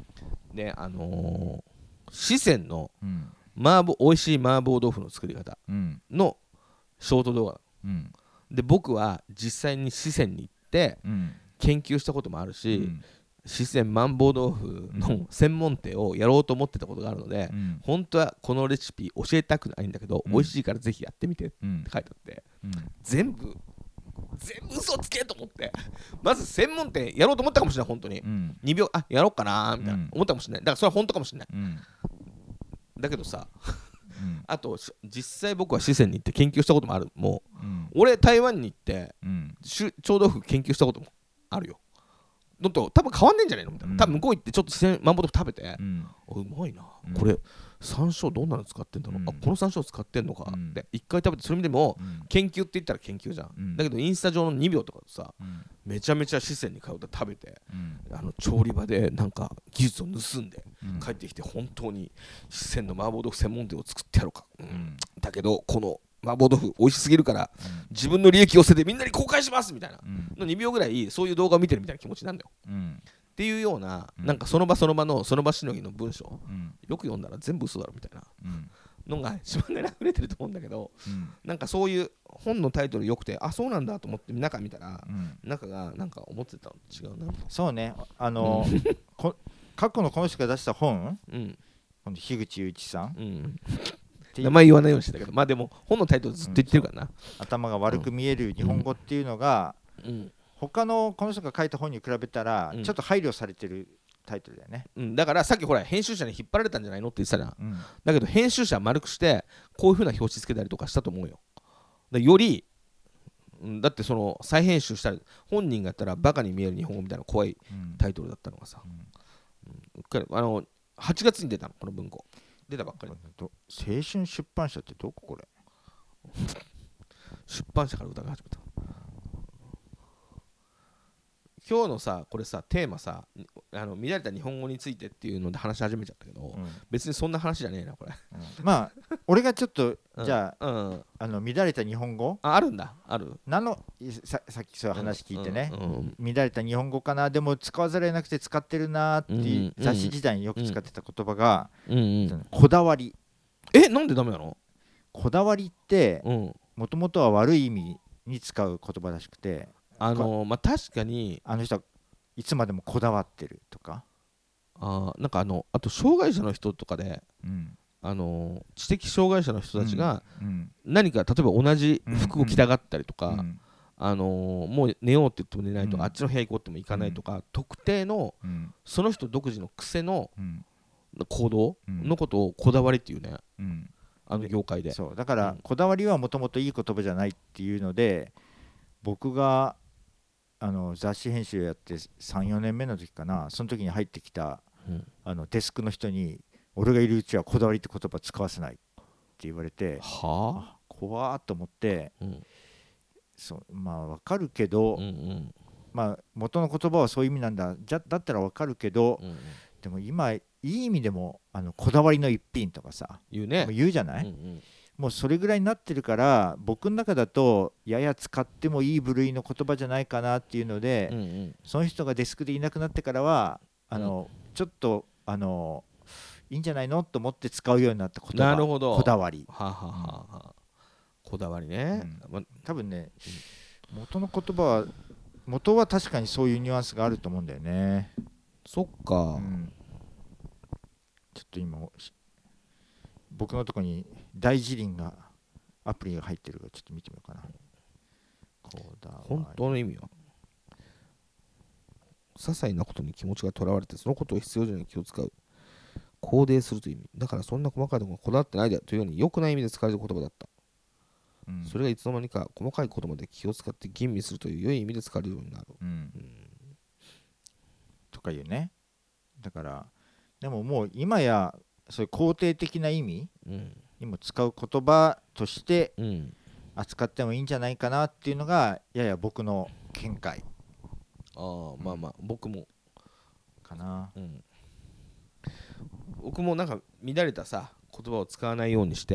で四川の美味しい麻婆豆腐の作り方のショート動画、で僕は実際に四川に行って研究したこともあるし、四川麻婆豆腐の専門店をやろうと思ってたことがあるので、本当はこのレシピ教えたくないんだけど、美味しいからぜひやってみてって書いてあって、全部嘘つけと思ってまず専門店やろうと思ったかもしれない、本当に、2秒やろうかなみたいな思ったかもしれない。だからそれは本当かもしれない、だけどさあと実際僕は四川に行って研究したこともある。もう、俺台湾に行って、臭豆腐研究したこともあるよ。だって多分変わんねえんじゃないのみたいな、多分向こう行ってちょっと四川麻婆豆腐食べて、うまいな、これ山椒どんなの使ってんだろう、この山椒使ってんのかって一回食べて、それ見ても研究って言ったら研究じゃん、だけどインスタ上の2秒とかでさ、めちゃめちゃ四川に通って食べて、調理場でなんか技術を盗んで帰ってきて、本当に四川の麻婆豆腐専門店を作ってやろうか、だけどこの麻婆豆腐美味しすぎるから、自分の利益を捨ててみんなに公開しますみたいなの2秒ぐらいそういう動画を見てるみたいな気持ちなんだよ、っていうような、なんかその場その場のその場しのぎの文章、よく読んだら全部嘘だろみたいなのが一番溢れてると思うんだけど、なんかそういう本のタイトルよくて、あ、そうなんだと思って中見たら、中がなんか思ってたの違うな。 そうね、過去のこの人が出した本、この樋口雄一さん、 名前言わないようにしてたけど、まあでも本のタイトルずっと言ってるからな、 頭が悪く見える日本語っていうのが、他のこの人が書いた本に比べたらちょっと配慮されてるタイトルだよね、 だからさっきほら編集者に引っ張られたんじゃないのって言ってたな、だけど編集者は丸くしてこういう風な表紙つけたりとかしたと思うよ。よりだってその再編集したり本人がやったらバカに見える日本語みたいな怖いタイトルだったのがさ、8月に出たの、この文庫出たばっかり。 青春出版社ってどここれ出版社から歌が始めた。今日のさこれさテーマさ、乱れた日本語についてっていうので話し始めちゃったけど、別にそんな話じゃねえなこれ、 まあ俺がちょっとじゃあ、乱れた日本語あるんだ、あるさっきそういう話聞いてね、乱れた日本語かな、でも使わざるを得なくて使ってるなっていう、雑誌時代によく使ってた言葉が、こだわり。 なんでダメなの？ こだわりってもともとは悪い意味に使う言葉らしくて、まあ確かにあの人はいつまでもこだわってるとか、 なんかあと障害者の人とかで、知的障害者の人たちが何か例えば同じ服を着たがったりとか、もう寝ようって言っても寝ないとか、あっちの部屋行こうっても行かないとか、特定のその人独自の癖の行動のことをこだわりっていうね、業界で。 そうだから、こだわりはもともといい言葉じゃないっていうので、僕が雑誌編集やって3、4年目の時かな、その時に入ってきた、デスクの人に、俺がいるうちはこだわりって言葉使わせないって言われて、怖っと思って、まあ分かるけど、まあ元の言葉はそういう意味なんだ、だったら分かるけど、でも今いい意味でもこだわりの一品とかさ言うじゃない、もうそれぐらいになってるから、僕の中だとやや使ってもいい部類の言葉じゃないかなっていうので、その人がデスクでいなくなってからはちょっといいんじゃないのと思って使うようになった言葉。 なるほど、 こだわり。 こだわりね、 多分ね、元は確かにそういうニュアンスがあると思うんだよね。 そっか、 ちょっと今僕のとこに大辞林がアプリが入ってるから、ちょっと見てみようかな。 本当の意味は些細なことに気持ちがとらわれて、そのことを必要以上に気を使う、肯定するという意味だから、そんな細かいところがこだわってないでというように良くない意味で使われる言葉だった、それがいつの間にか細かいことまで気を使って吟味するという良い意味で使われるようになる、 とかいうね。だからでももう今やそういう肯定的な意味にも使う言葉として扱ってもいいんじゃないかなっていうのがやや僕の見解。 まあ僕もかな、 僕もなんか乱れたさ言葉を使わないようにして、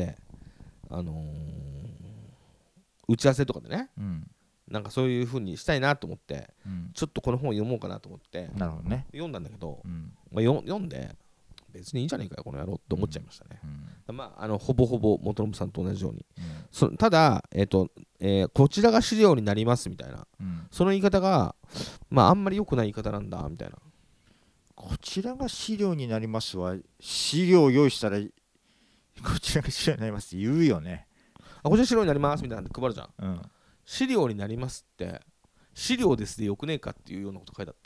打ち合わせとかでね、なんかそういう風にしたいなと思って、ちょっとこの本を読もうかなと思って、 なるほどね、 読んだんだけど、読んで別にいいんじゃないかよこの野郎って思っちゃいましたね。まあ、ほぼほぼ元信さんと同じように、ただ、こちらが資料になりますみたいな、その言い方が、まあ、あんまり良くない言い方なんだみたいな。 こちらが資料になりますは、資料を用意したらこちらが資料になりますって言うよね。 こちら資料になりますみたいなんで配るじゃん、資料になりますって資料ですでよくねえかっていうようなこと書いてあって、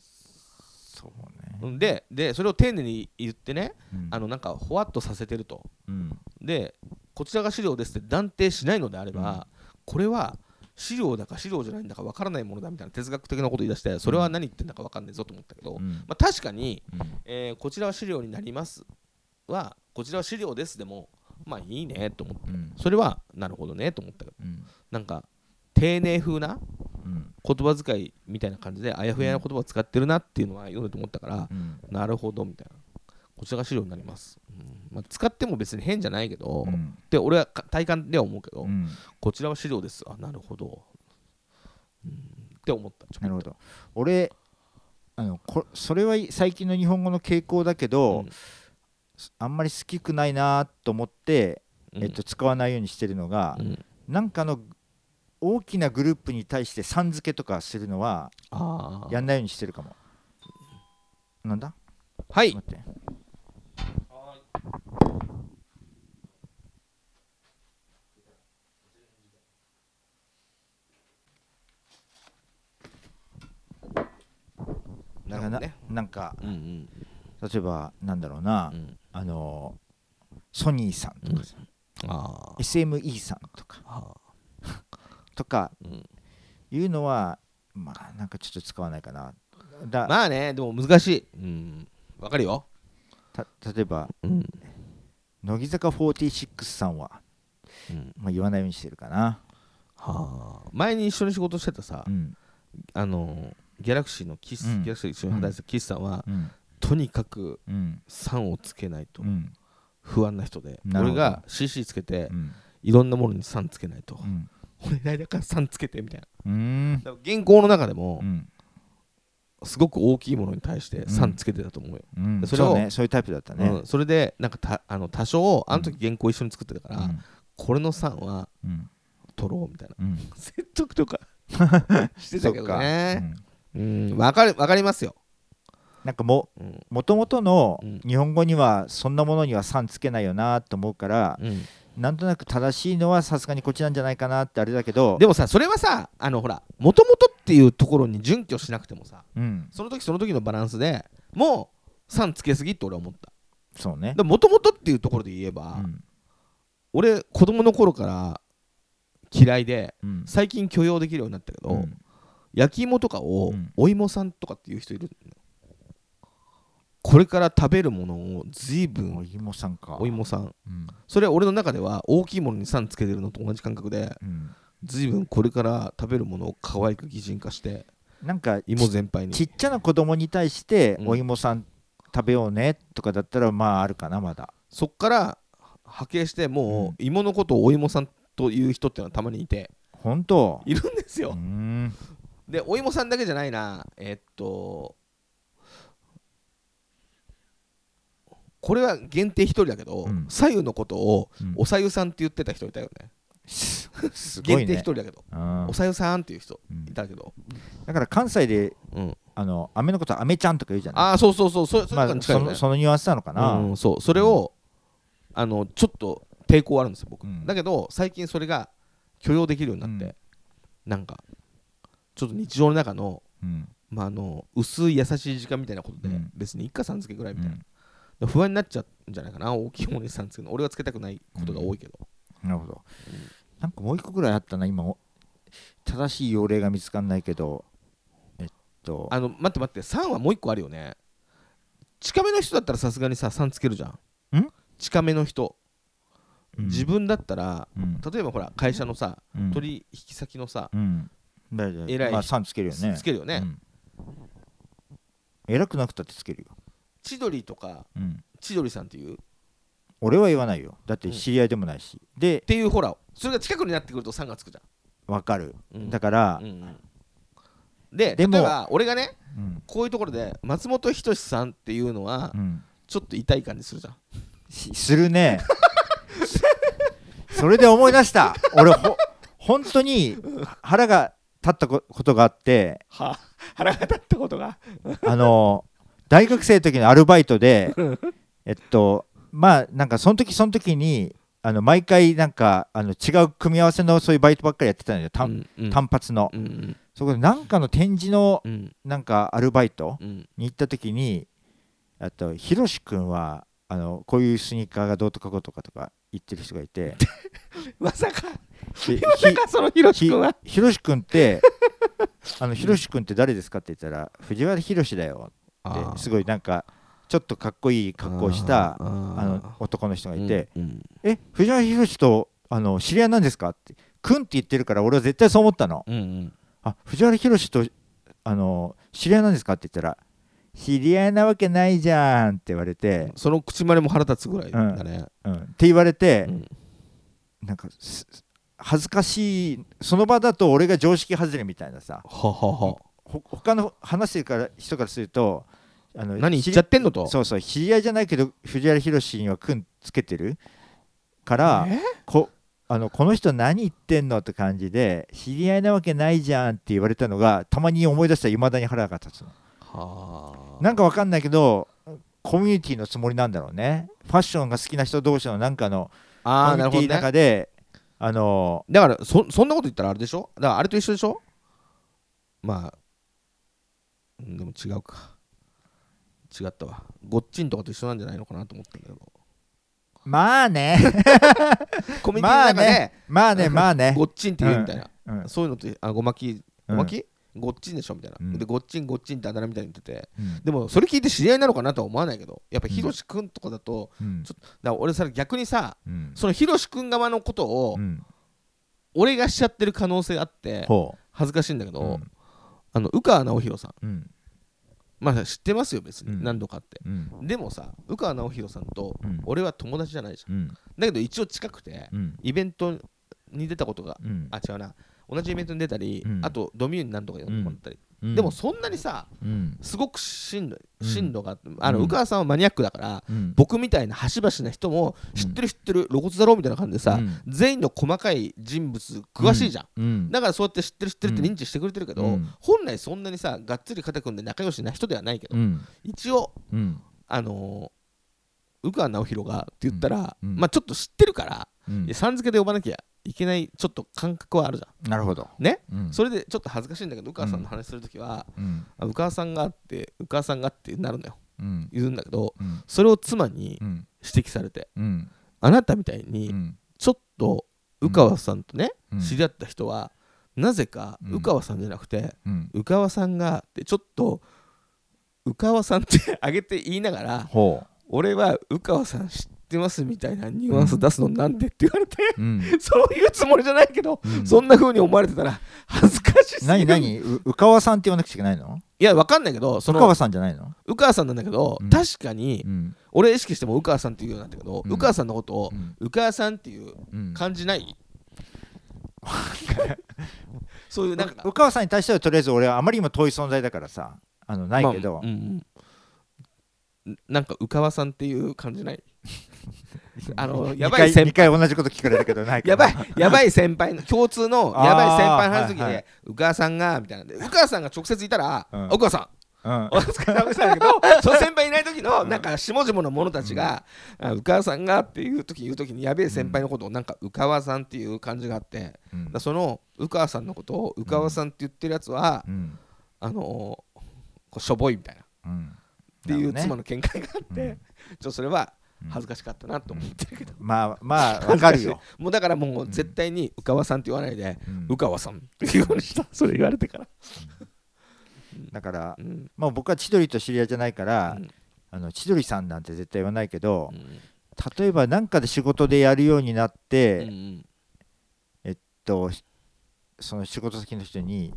そうね。 でそれを丁寧に言ってね、なんかほわっとさせてると、でこちらが資料ですって断定しないのであれば、これは資料だか資料じゃないんだか分からないものだみたいな哲学的なこと言い出して、それは何言ってんだか分かんないぞと思ったけど、まあ、確かに、こちらは資料になりますはこちらは資料ですでもまあいいねと思って、それはなるほどねと思ったけど、なんか丁寧風な言葉遣いみたいな感じであやふやな言葉を使ってるなっていうのは読んでて思ったから、なるほどみたいな、こちらが資料になります、まあ、使っても別に変じゃないけど、って俺は体感では思うけど、こちらは資料です、あなるほど、って思った。 なるほど。俺それは最近の日本語の傾向だけど、あんまり好きくないなと思って、使わないようにしてるのが、なんかの大きなグループに対してさん付けとかするのはやんないようにしてるかも。なんだ、 はい、 待って、なんか、例えばなんだろうな、ソニーさんとかさ、SME さんとかとかいうのはまあなんかちょっと使わないかな。 まあね、でも難しい。わかるよ。 例えば、乃木坂46さんは、まあ、言わないようにしてるかな。 前に一緒に仕事してたさ、ギャラクシーのキス、ギャラクシー一緒に働いてたキスさんは、とにかく3をつけないと不安な人で、俺が CC つけて、いろんなものに3つけないと、俺大だから3つけてみたいな。原稿の中でも、すごく大きいものに対して3つけてたと思うよ。 それをね、そういうタイプだったね。 それでなんか多少あの時原稿一緒に作ってたから、これの3は取ろうみたいな、説得とかしてたけどね。わかりますよ。 なんかもともとの日本語にはそんなものには3つけないよなと思うから、なんとなく正しいのはさすがにこっちなんじゃないかなってあれだけど、 でもさ、それはさ、ほらもともとっていうところに準拠しなくてもさ、その時その時のバランスでもう3つけすぎって俺は思った。 そうね。 もともとっていうところで言えば、俺子供の頃から嫌いで、最近許容できるようになったけど、焼き芋とかをお芋さんとかっていう人いるんだよ。これから食べるものを随分お芋さんか、 お芋さん、それは俺の中では大きいものに3つけてるのと同じ感覚で、随分これから食べるものを可愛く擬人化して、 なんか芋全般にちっちゃな子供に対してお芋さん食べようねとかだったらまああるかな。まだそっから波形してもう芋のことをお芋さんという人ってのはたまにいて、 本当いるんですよ。でお芋さんだけじゃないな、これは限定1人だけど、左右のことをおさゆさんって言ってた人いたよね。 すごいね。 限定1人だけどおさゆさんっていう人いたけど、 だから関西で飴のことは飴ちゃんとか言うじゃない。 そうそのニュアンスなのかな。 それをちょっと抵抗あるんですよ僕、だけど最近それが許容できるようになって、なんかちょっと日常の中の、薄い優しい時間みたいなことで、別に一家さん付けぐらいみたいな、不安になっちゃうんじゃないかな、大きいものにさん付けの。俺はつけたくないことが多いけど、 なるほど。なんかもう一個ぐらいあったな今。正しい用例が見つかんないけど、 待って3はもう一個あるよね。近めの人だったらさすがにさ3つけるじゃん。近めの人、自分だったら、例えばほら会社のさ、取引先のさ、偉い 3つけるよね。 つけるよね。 偉くなくたってつけるよ。 千鳥とか、千鳥さんっていう。 俺は言わないよ。だって知り合いでもないし。でっていうほら、それが近くになってくると3がつくじゃん。 わかる。だから、 で例えば俺がね、こういうところで松本人志さんっていうのは、 ちょっと痛い感じするじゃん。 するねそれで思い出した。俺本当に腹が立ったことがあって腹が立ったことが大学生の時のアルバイトでまあなんかその時に毎回なんか違う組み合わせのそういうバイトばっかりやってたんだよ、単発の、そこでなんかの展示のなんかアルバイトに行った時にひろし君はこういうスニーカーがどうとかこうとか言ってる人がいてまさかそのひろし君はひろし君ってひろし君って誰ですかって言ったら藤原ひろしだよってすごいなんかちょっとかっこいい格好をした男の人がいて、藤原ひろしと知り合いなんですかって君って言ってるから俺は絶対そう思ったの、藤原ひろしと知り合いなんですかって言ったら知り合いなわけないじゃんって言われて、 その口までも腹立つぐらいだね、 って言われて、なんか恥ずかしい、その場だと俺が常識外れみたいなさ、他の話してるから人からすると何言っちゃってんのと、 そう知り合いじゃないけど藤原ひろしには君つけてるからこの人何言ってんのって感じで知り合いなわけないじゃんって言われたのがたまに思い出したらいまだに腹が立つの。なんかわかんないけどコミュニティのつもりなんだろうね。ファッションが好きな人同士のなんかのコミュニティの中で、だからそんなこと言ったらあれでしょ、だからあれと一緒でしょ。まあでも違うか、違ったわ。ごっちんとかと一緒なんじゃないのかなと思ったんだけど、 まあねコミュニティの中でまあねごっちんって言うみたいな、そういうのってごまきごっちんでしょみたいな、でごっちんってあだ名みたいに言ってて、でもそれ聞いて知り合いなのかなとは思わないけど、やっぱひろしくんとかだと、ちょっとだから俺さ逆にさ、そのひろしくん側のことを、俺がしちゃってる可能性あって恥ずかしいんだけど、宇川直弘さん、まあ知ってますよ別に、何度かって、でもさ宇川直弘さんと俺は友達じゃないじゃん、だけど一応近くて、イベントに出たことが、違うな、同じイベントに出たり、あとドミューンなんとか呼んでもらったり、でもそんなにさ、すごく深度が宇川さんはマニアックだから、僕みたいな端々な人も知ってる露骨だろうみたいな感じでさ、全員の細かい人物詳しいじゃん、だからそうやって知ってるって認知してくれてるけど、本来そんなにさがっつり肩組んで仲良しな人ではないけど、一応宇川直弘がって言ったら、まあちょっと知ってるから、さん付けで呼ばなきゃいけないちょっと感覚はあるじゃん。 なるほどね、それでちょっと恥ずかしいんだけど、宇川さんの話するときは、宇川さんがってなるのよ、言うんだけど、それを妻に指摘されて、あなたみたいにちょっと宇川さんとね、知り合った人はなぜか宇川さんじゃなくて、宇川さんがってちょっと宇川さんってあげて言いながら、俺は宇川さん知ってますみたいなニュアンス出すのなんでって言われて、そういうつもりじゃないけど、そんな風に思われてたら恥ずかしすぎる。 何宇川さんって言わなくちゃいけないの？ いや分かんないけど、 宇川さんじゃないの？ 宇川さんなんだけど、確かに俺意識しても宇川さんって言うようになったけど、宇川さんのことを宇川さんっていう感じない？そういうなんか宇川さんに対してはとりあえず俺はあまりにも遠い存在だからさないけど、 なんか宇川さんっていう感じない？やばい先輩 2回同じこと聞かれたけどないかなやばい先輩の共通のやばい先輩の話の時で、宇川さんがみたいなで、宇川さんが直接いたら、宇川さんお疲れ様でしただけど、その先輩いない時のなんか下々の者たちが、宇川さんがっていう時にやべえ先輩のことをなんか宇川さんっていう感じがあって、その宇川さんのことを宇川さんって言ってるやつは、しょぼいみたいな、っていう妻の見解があって、それは恥ずかしかったなと思ってるけど、 まあわかるよもうだからもう絶対に宇川さんって言わないで、宇川さんっていうようにした、それ言われてからだから、まあ僕は千鳥と知り合いじゃないから、千鳥さんなんて絶対言わないけど、例えば何かで仕事でやるようになって、その仕事先の人に、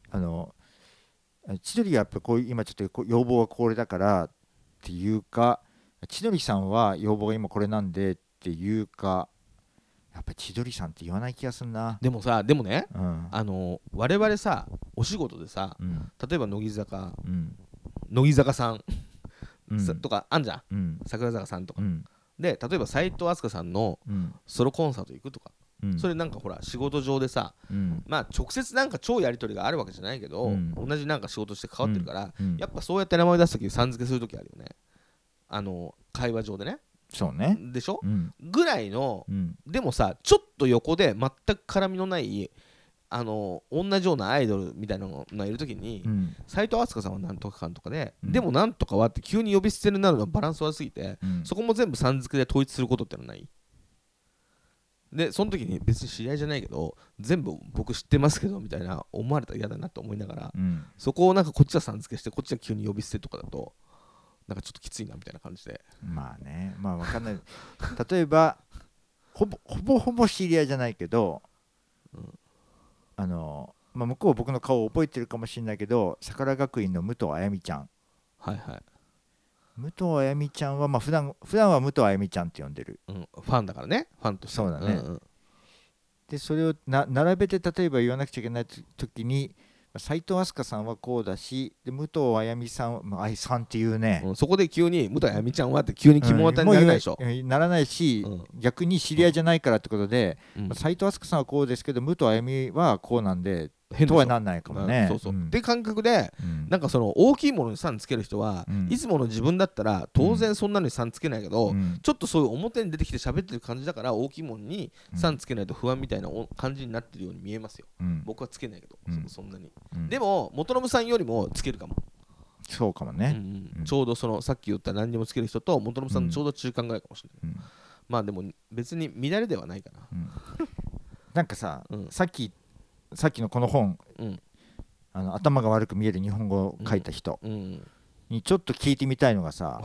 千鳥はやっぱこう今ちょっと要望はこれだからっていうか、千鳥さんは要望が今これなんでっていうか、やっぱり千鳥さんって言わない気がするな。 でもね、我々さお仕事でさ、例えば乃木坂さんとかあんじゃん、桜坂さんとか、で例えば齋藤飛鳥さんのソロコンサート行くとか、それなんかほら仕事上でさ、まあ直接なんか超やり取りがあるわけじゃないけど、同じなんか仕事して関わってるから、やっぱそうやって名前を出すときさん付けするときあるよね、会話上でね。 そうね。 でしょ、ぐらいの、でもさちょっと横で全く絡みのない同じようなアイドルみたいなのがいるときに、斎藤飛鳥さんはなんとかかんとかで、でもなんとかはって急に呼び捨てになるのはバランス悪すぎて、そこも全部さん付けで統一することってのはないで、その時に別に知り合いじゃないけど全部僕知ってますけどみたいな思われたら嫌だなと思いながら、そこをなんかこっちはさん付けしてこっちは急に呼び捨てとかだとなんかちょっときついなみたいな感じで。 まあね、まあ分かんない例えばほぼ知り合いじゃないけど、まあ、向こう僕の顔を覚えてるかもしれないけど、桜学院の武藤あやみちゃん、 はいはい、 武藤あやみちゃんはまあ普段は武藤あやみちゃんって呼んでる、 ファンだからね、ファンとして。 そうだね、でそれを並べて例えば言わなくちゃいけない時に斎藤飛鳥さんはこうだし、で武藤あやみさんは、まあ、愛さんっていうね、 そこで急に武藤あやみちゃんはって急に肝当たりにならないでしょ、 ならないし、逆に知り合いじゃないからってことで、斎藤飛鳥さんはこうですけど武藤あやみはこうなんでとはなんないかもね。 そうそう、って感覚で、なんかその大きいものにさんつける人は、いつもの自分だったら当然そんなのにさんつけないけど、ちょっとそういう表に出てきて喋ってる感じだから大きいものにさんつけないと不安みたいな感じになってるように見えますよ、僕はつけないけど、そんなに、でも元信さんよりもつけるかも。 そうかもね、 ちょうどそのさっき言った何にもつける人と元信さんのちょうど中間ぐらいかもしれない、まあでも別に乱れではないかな、 なんかさ、さっきのこの本、頭が悪く見える日本語を書いた人にちょっと聞いてみたいのがさ、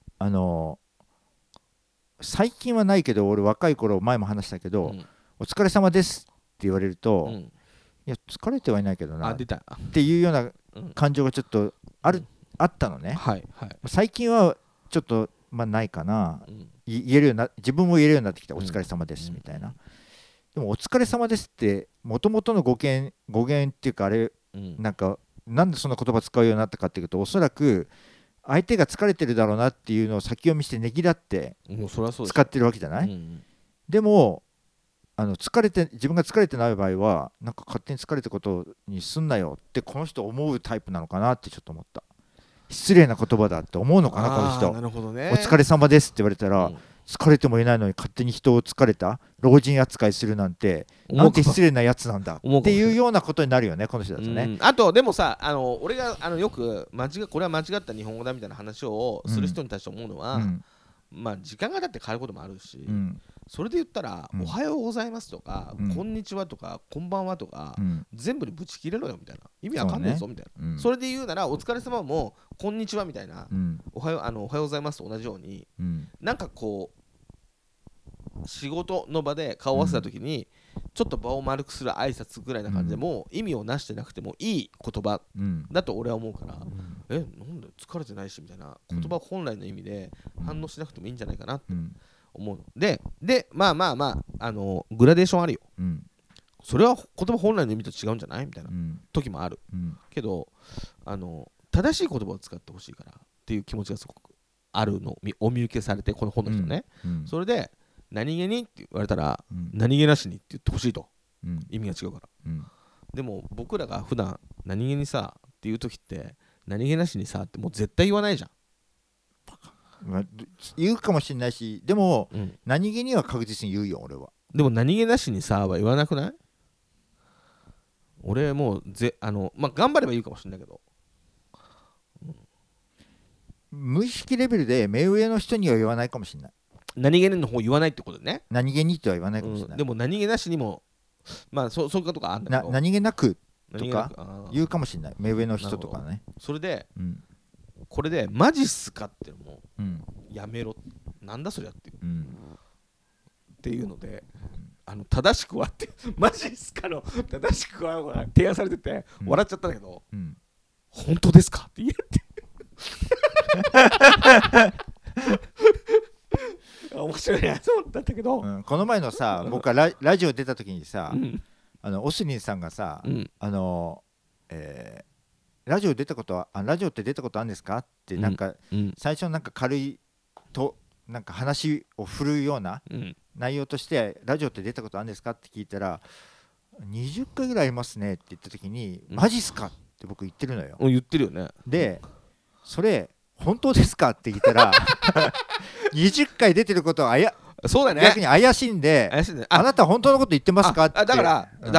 最近はないけど俺若い頃前も話したけど、お疲れ様ですって言われると、いや疲れてはいないけどなっていうような感情がちょっとあったのね、最近はちょっとまあないかな、言えるような、自分も言えるようになってきた、お疲れ様ですみたいな。でもお疲れ様ですってもともとの語源っていうかあれ、なんでそんな言葉使うようになったかっていうと、おそらく相手が疲れてるだろうなっていうのを先読みしてねぎらって使ってるわけじゃない。でも自分が疲れてない場合はなんか勝手に疲れたことにすんなよってこの人思うタイプなのかなってちょっと思った。失礼な言葉だって思うのかなこの人。 なるほどね、 お疲れ様ですって言われたら、疲れてもいないのに勝手に人を疲れた老人扱いするなんてなんて失礼なやつなんだっていうようなことになるよねこの人だとね。 あとでもさ俺がよくこれは間違った日本語だみたいな話をする人に対して思うのは、まあ時間が経って変わることもあるし、それで言ったら、おはようございますとか、こんにちはとかこんばんはとか、全部にぶち切れろよみたいな、意味わかんないぞみたいな、それで言うならお疲れ様もこんにちはみたいな、おはようございますと同じように、なんかこう仕事の場で顔を合わせた時に、ちょっと場を丸くする挨拶ぐらいな感じでも、意味をなしてなくてもいい言葉だと俺は思うから、なんで疲れてないしみたいな言葉本来の意味で反応しなくてもいいんじゃないかなって思う。でまあグラデーションあるよ、それは言葉本来の意味と違うんじゃないみたいな時もある、けど正しい言葉を使ってほしいからっていう気持ちがすごくあるのお見受けされて、この本の人ね、それで何気にって言われたら、何気なしにって言ってほしいと、意味が違うから、でも僕らが普段何気にさっていう時って何気なしにさってもう絶対言わないじゃん。 言うかもしれないし、でも、何気には確実に言うよ俺は。 でも何気なしにさは言わなくない？俺もうまあ頑張れば言うかもしれないけど、 無意識レベルで目上の人には言わないかもしれない。 何気にの方言わないってことね。 何気にとは言わないかもしれない、 でも何気なしにもまあそういうことがあるんだけど、 何気なくとか言うかもしれない、目上の人とかね。 それで、これでマジっすかっていうのもやめろ、なんだそりゃっていう、っていうので、正しくはってマジっすかの正しくは提案されてて笑っちゃったんだけど、本当ですかって言えって面白いなと思ったんだけど、 この前のさ僕がラジオ出た時にさ、オスリンさんがさ、 ラジオって出たことあるんですかってなんか、最初なんか軽いとなんか話を振るような内容としてラジオって出たことあるんですかって聞いたら20回ぐらいありますねって言った時に、マジっすかって僕言ってるのよ。 言ってるよね。 でそれ本当ですかって聞いたら20回出てることはそうだね、 逆に怪しいんで、あなた本当のこと言ってますかって。 だから、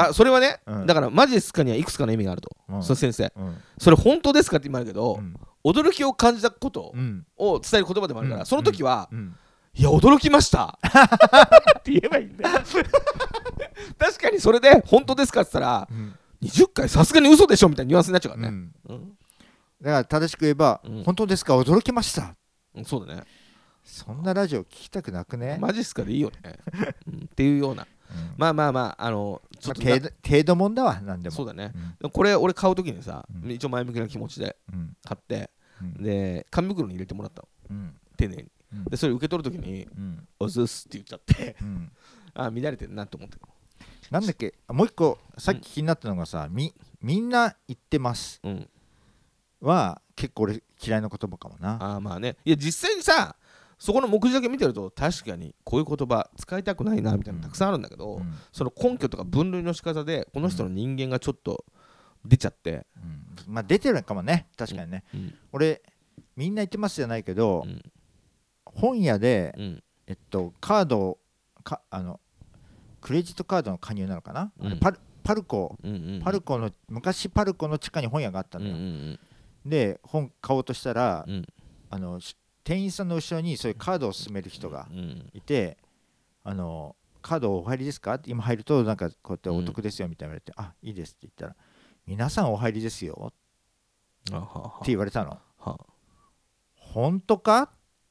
それはね、だからマジですかにはいくつかの意味があると、その先生、それ本当ですかって今あるけど、驚きを感じたことを伝える言葉でもあるから、その時は、いや驚きましたって言えばいいんだよ確かにそれで本当ですかって言ったら、20回さすがに嘘でしょみたいなニュアンスになっちゃうからね。 だから正しく言えば、本当ですか驚きました。 そうだね。 そんなラジオ聞きたくなくね。 マジっすかでいいよねっていうような、まあちょっと程度もんだわ。なんでもそうだね。これ俺買う時にさ、一応前向きな気持ちで買って、で紙袋に入れてもらったの、丁寧に。でそれ受け取る時におずすって言っちゃって乱れてるなって思ってる。 なんだっけ、もう一個さっき気になったのがさ、みんな言ってますは結構俺嫌いな言葉かもな。 まあね、いや実際にさそこの目次だけ見てると確かにこういう言葉使いたくないなみたいなのたくさんあるんだけど、その根拠とか分類の仕方でこの人の人間がちょっと出ちゃって、 まあ出てるかもね、確かにね。俺みんな言ってますじゃないけど、本屋でカードクレジットカードの加入なのかな、パルコの昔パルコの地下に本屋があったのよ。で本買おうとしたら、店員さんの後ろにそういうカードを勧める人がいて、カードお入りですかって今入るとなんかこうやってお得ですよみたいな言われて、あいいですって言ったら、皆さんお入りですよって言われたの。本当か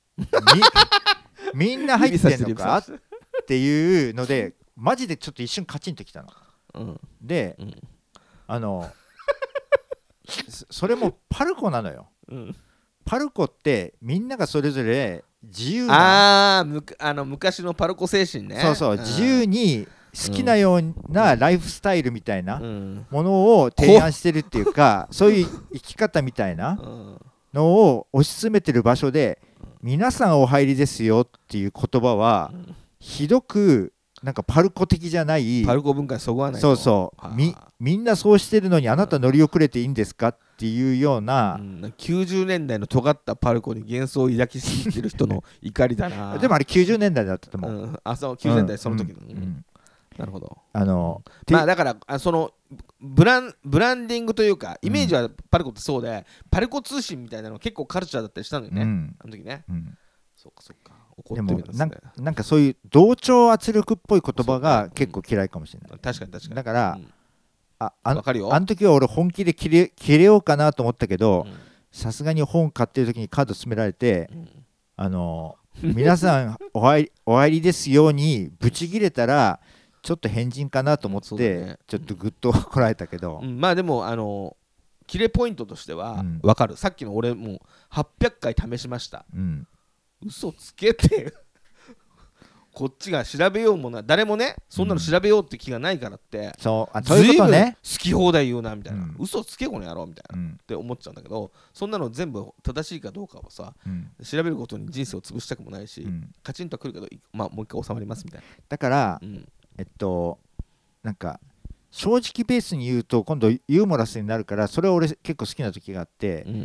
みんな入ってんのかっていうのでマジでちょっと一瞬カチンときたの。でそれもパルコなのよ。パルコってみんながそれぞれ自由な昔のパルコ精神ね。 そう自由に好きなようなライフスタイルみたいなものを提案してるっていうか、そういう生き方みたいなのを推し進めてる場所で、皆さんお入りですよっていう言葉はひどくなんかパルコ的じゃない。 パルコ文化にそぐわないと。 みんなそうしてるのにあなた乗り遅れていいんですかっていうような、 90年代の尖ったパルコに幻想を抱きすぎてる人の怒りだなでもあれ90年代だったと思う。 そう90年代その時の、なるほど。だからそのブランディングというかイメージはパルコってそうで、パルコ通信みたいなの結構カルチャーだったりしたのよね、あの時ね。そっか怒ってるんですね。 でもなんかそういう同調圧力っぽい言葉が結構嫌いかもしれない。 確かにだからわかるよ。 あの時は俺本気で切れようかなと思ったけど、さすがに本買ってる時にカード勧められて、皆さんお入りですようにブチ切れたらちょっと変人かなと思って、ちょっとグッとこらえたけど、 まあでも切れポイントとしてはわかる。さっきの俺も800回試しました、嘘つけてこっちが調べようもない、誰もねそんなの調べようって気がないからって、 そういうことね、 好き放題言うなみたいな、嘘つけこの野郎みたいな、って思っちゃうんだけど、そんなの全部正しいかどうかをさ、調べることに人生を潰したくもないし、カチンとくるけど、もう一回収まりますみたいな。 だからなんか正直ベースに言うと今度ユーモラスになるから、それは俺結構好きな時があって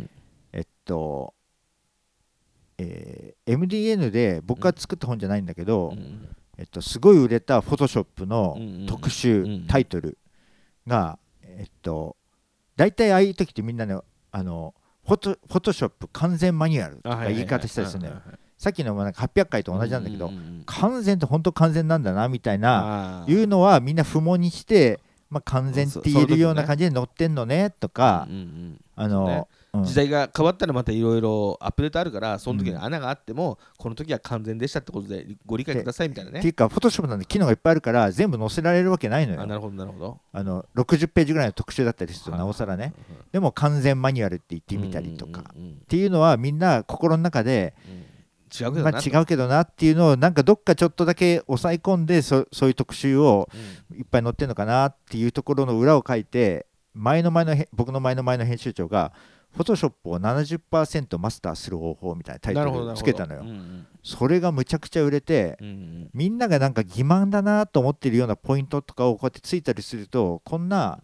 、MDN で僕が作った本じゃないんだけど、すごい売れたフォトショップの特集タイトルがだいたいああいう時ってみんなねフォトショップ完全マニュアルとか言い方したりするんだよ。さっきのなんか800回と同じなんだけど、完全って本当完全なんだなみたいないうのはみんな不問にして、完全って言えるような感じで載ってんのねとか、 時代が変わったらまたいろいろアップデートあるから、その時に穴があってもこの時は完全でしたってことでご理解くださいみたいなね。 っていうかフォトショップなんで機能がいっぱいあるから全部載せられるわけないのよ。 なるほど。 60ページぐらいの特集だったりするとなおさらね。でも完全マニュアルって言ってみたりとかっていうのはみんな心の中で違うけどなっていうのをなんかどっかちょっとだけ抑え込んで、そういう特集をいっぱい載ってるのかなっていうところの裏を書いて僕の前の前の編集長がフォトショップを 70% マスターする方法みたいなタイトルつけたのよ。それがむちゃくちゃ売れて、みんながなんか欺瞞だなと思ってるようなポイントとかをこうやってついたりすると、こんな、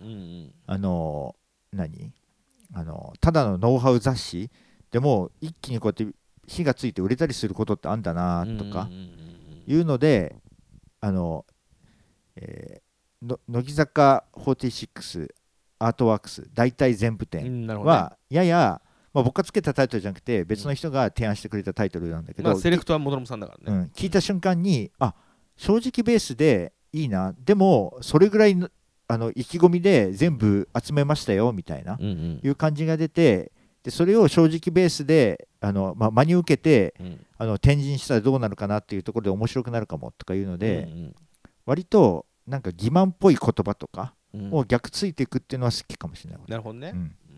ただのノウハウ雑誌でも一気にこうやって火がついて売れたりすることってあんだなとかいうので、乃木坂46アートワークス大体全部展はやや、僕がつけたタイトルじゃなくて別の人が提案してくれたタイトルなんだけど、 セレクトは元信さんだからね、 聞いた瞬間に正直ベースでいいな、でもそれぐらいの意気込みで全部集めましたよみたいな、いう感じが出て、でそれを正直ベースで真に受けて、展示したらどうなるかなっていうところで面白くなるかもとかいうので、割となんか欺瞞っぽい言葉とかを逆ついていくっていうのは好きかもしれない。 なるほどね、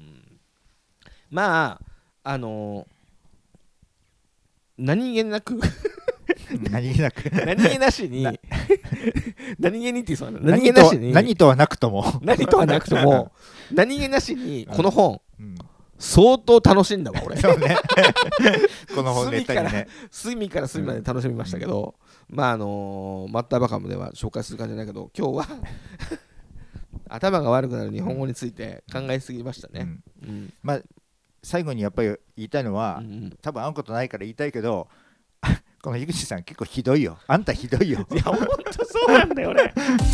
何気なく何気なしに何気にって言う、何気なしに何とはなくとも何気なしにこの本、相当楽しんだわ俺。 そうねこの本ネタにね、 隅から隅まで楽しみましたけど、マッターバカムでは紹介する感じじゃないけど、今日は頭が悪くなる日本語について考えすぎましたね。 最後にやっぱり言いたいのは、多分会うことないから言いたいけど、この井口さん結構ひどいよ。あんたひどいよ。 いや、ほんとそうなんだよね。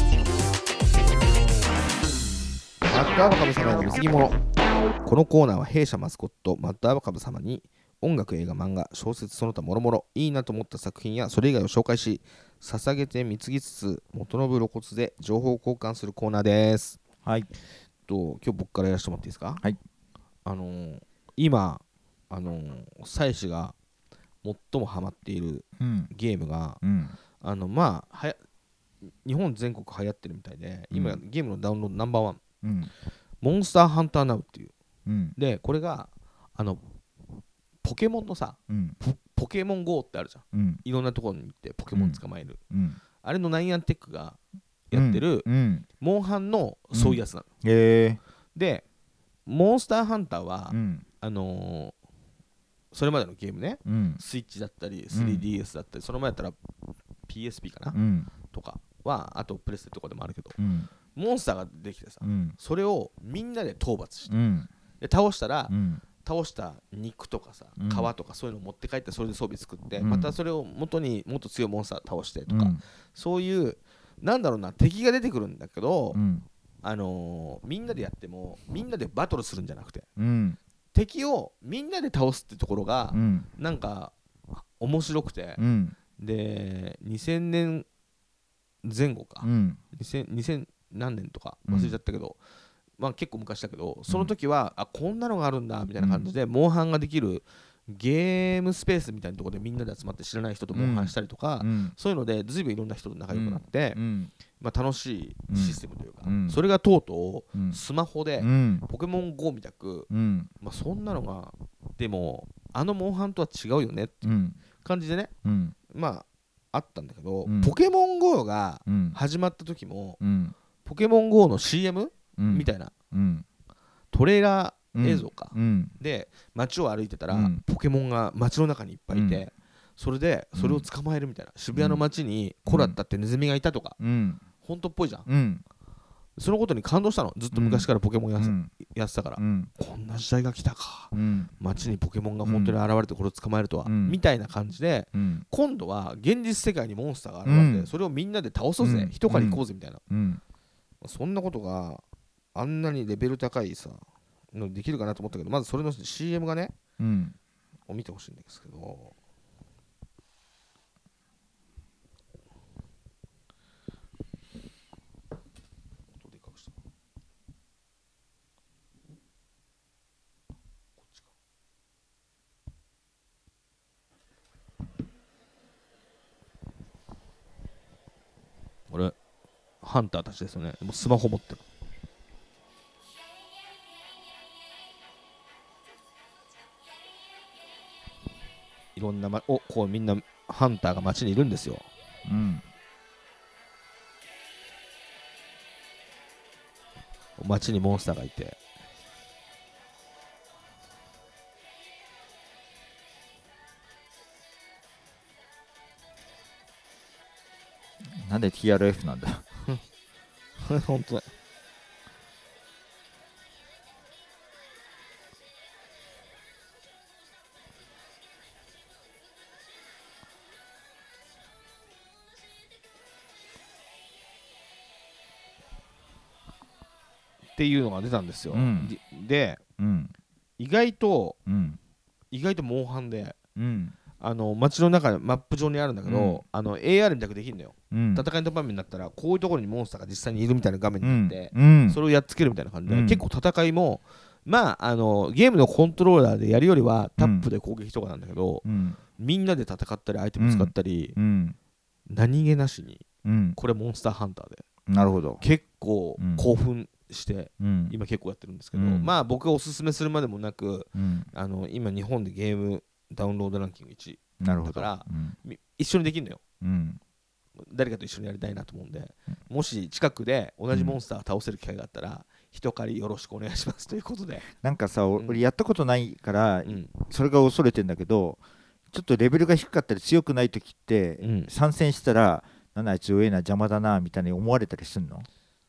マッターバカム様への貢ぎ物。このコーナーは弊社マスコットマッターバカム様に音楽、映画、漫画、小説その他もろもろいいなと思った作品やそれ以外を紹介し、捧げて貢ぎつつ元信露骨で情報交換するコーナーです。 はい。 今日僕からやらせてもらっていいですか。 はい。 今妻子が最もハマっているゲームが、日本全国流行ってるみたいで、今ゲームのダウンロードナンバーワン、モンスターハンターナウっていう、でこれがポケモンのさ、ポケモン GO ってあるじゃん、いろんなところに行ってポケモン捕まえる、あれのナイアンテックがやってる、モンハンのそういうやつなの、でモンスターハンターは、それまでのゲームね、スイッチだったり 3DS だったり、その前だったら PSP かな、とかはあとプレステとかでもあるけど、モンスターができてさ、それをみんなで討伐して、で倒したら、倒した肉とかさ、皮とかそういうのを持って帰ってそれで装備作って、またそれを元にもっと強いモンスター倒してとか、そういうなんだろうな、敵が出てくるんだけど、みんなでやってもみんなでバトルするんじゃなくて、敵をみんなで倒すってところが、なんか面白くて、で2000年前後か、2000何年とか忘れちゃったけど、結構昔だけど、その時は、こんなのがあるんだみたいな感じで、モンハンができるゲームスペースみたいなところでみんなで集まって知らない人とモンハンしたりとか、そういうのでずいぶんいろんな人と仲良くなって、楽しいシステムというか、それがとうとうスマホでポケモン GO みたく、そんなのがでもモンハンとは違うよねっていう感じでね、あったんだけど、ポケモン GO が始まった時も、ポケモン GO の CM みたいな、トレーラー映像か、で街を歩いてたら、ポケモンが街の中にいっぱいいて、それでそれを捕まえるみたいな、渋谷の街にコラッタってネズミがいたとか、本当っぽいじゃん、そのことに感動したの。ずっと昔からポケモンやってたから、こんな時代が来たか、街にポケモンが本当に現れてこれを捕まえるとは、みたいな感じで、今度は現実世界にモンスターが現れて、それをみんなで倒そうぜ、一狩り行こうぜみたいな、そんなことがあんなにレベル高いさのできるかなと思ったけど、まずそれの CM がね、を見てほしいんですけど、これハンターたちですよね。もうスマホ持ってる。いろんな、こうみんなハンターが街にいるんですよ。 街にモンスターがいて、 なんで TRF なんだ本当だ。っていうのが出たんですよ、で、意外とモンハンで、街の中でマップ上にあるんだけど、AR みたくできるんだよ、戦いの場面になったらこういうところにモンスターが実際にいるみたいな画面になって、それをやっつけるみたいな感じで、結構戦いもゲームのコントローラーでやるよりはタップで攻撃とかなんだけど、みんなで戦ったり相手ぶつかったり、何気なしに、これモンスターハンターで、 なるほど、 結構興奮して、今結構やってるんですけど、僕がおすすめするまでもなく、今日本でゲームダウンロードランキング1位だから、一緒にできるのよ、誰かと一緒にやりたいなと思うんで、もし近くで同じモンスターを倒せる機会があったら、一狩りよろしくお願いしますということで。 なんかさ、俺やったことないから、それが恐れてんだけど、ちょっとレベルが低かったり強くない時って、参戦したらなんだあいつ弱えな邪魔だなみたいに思われたりすんの？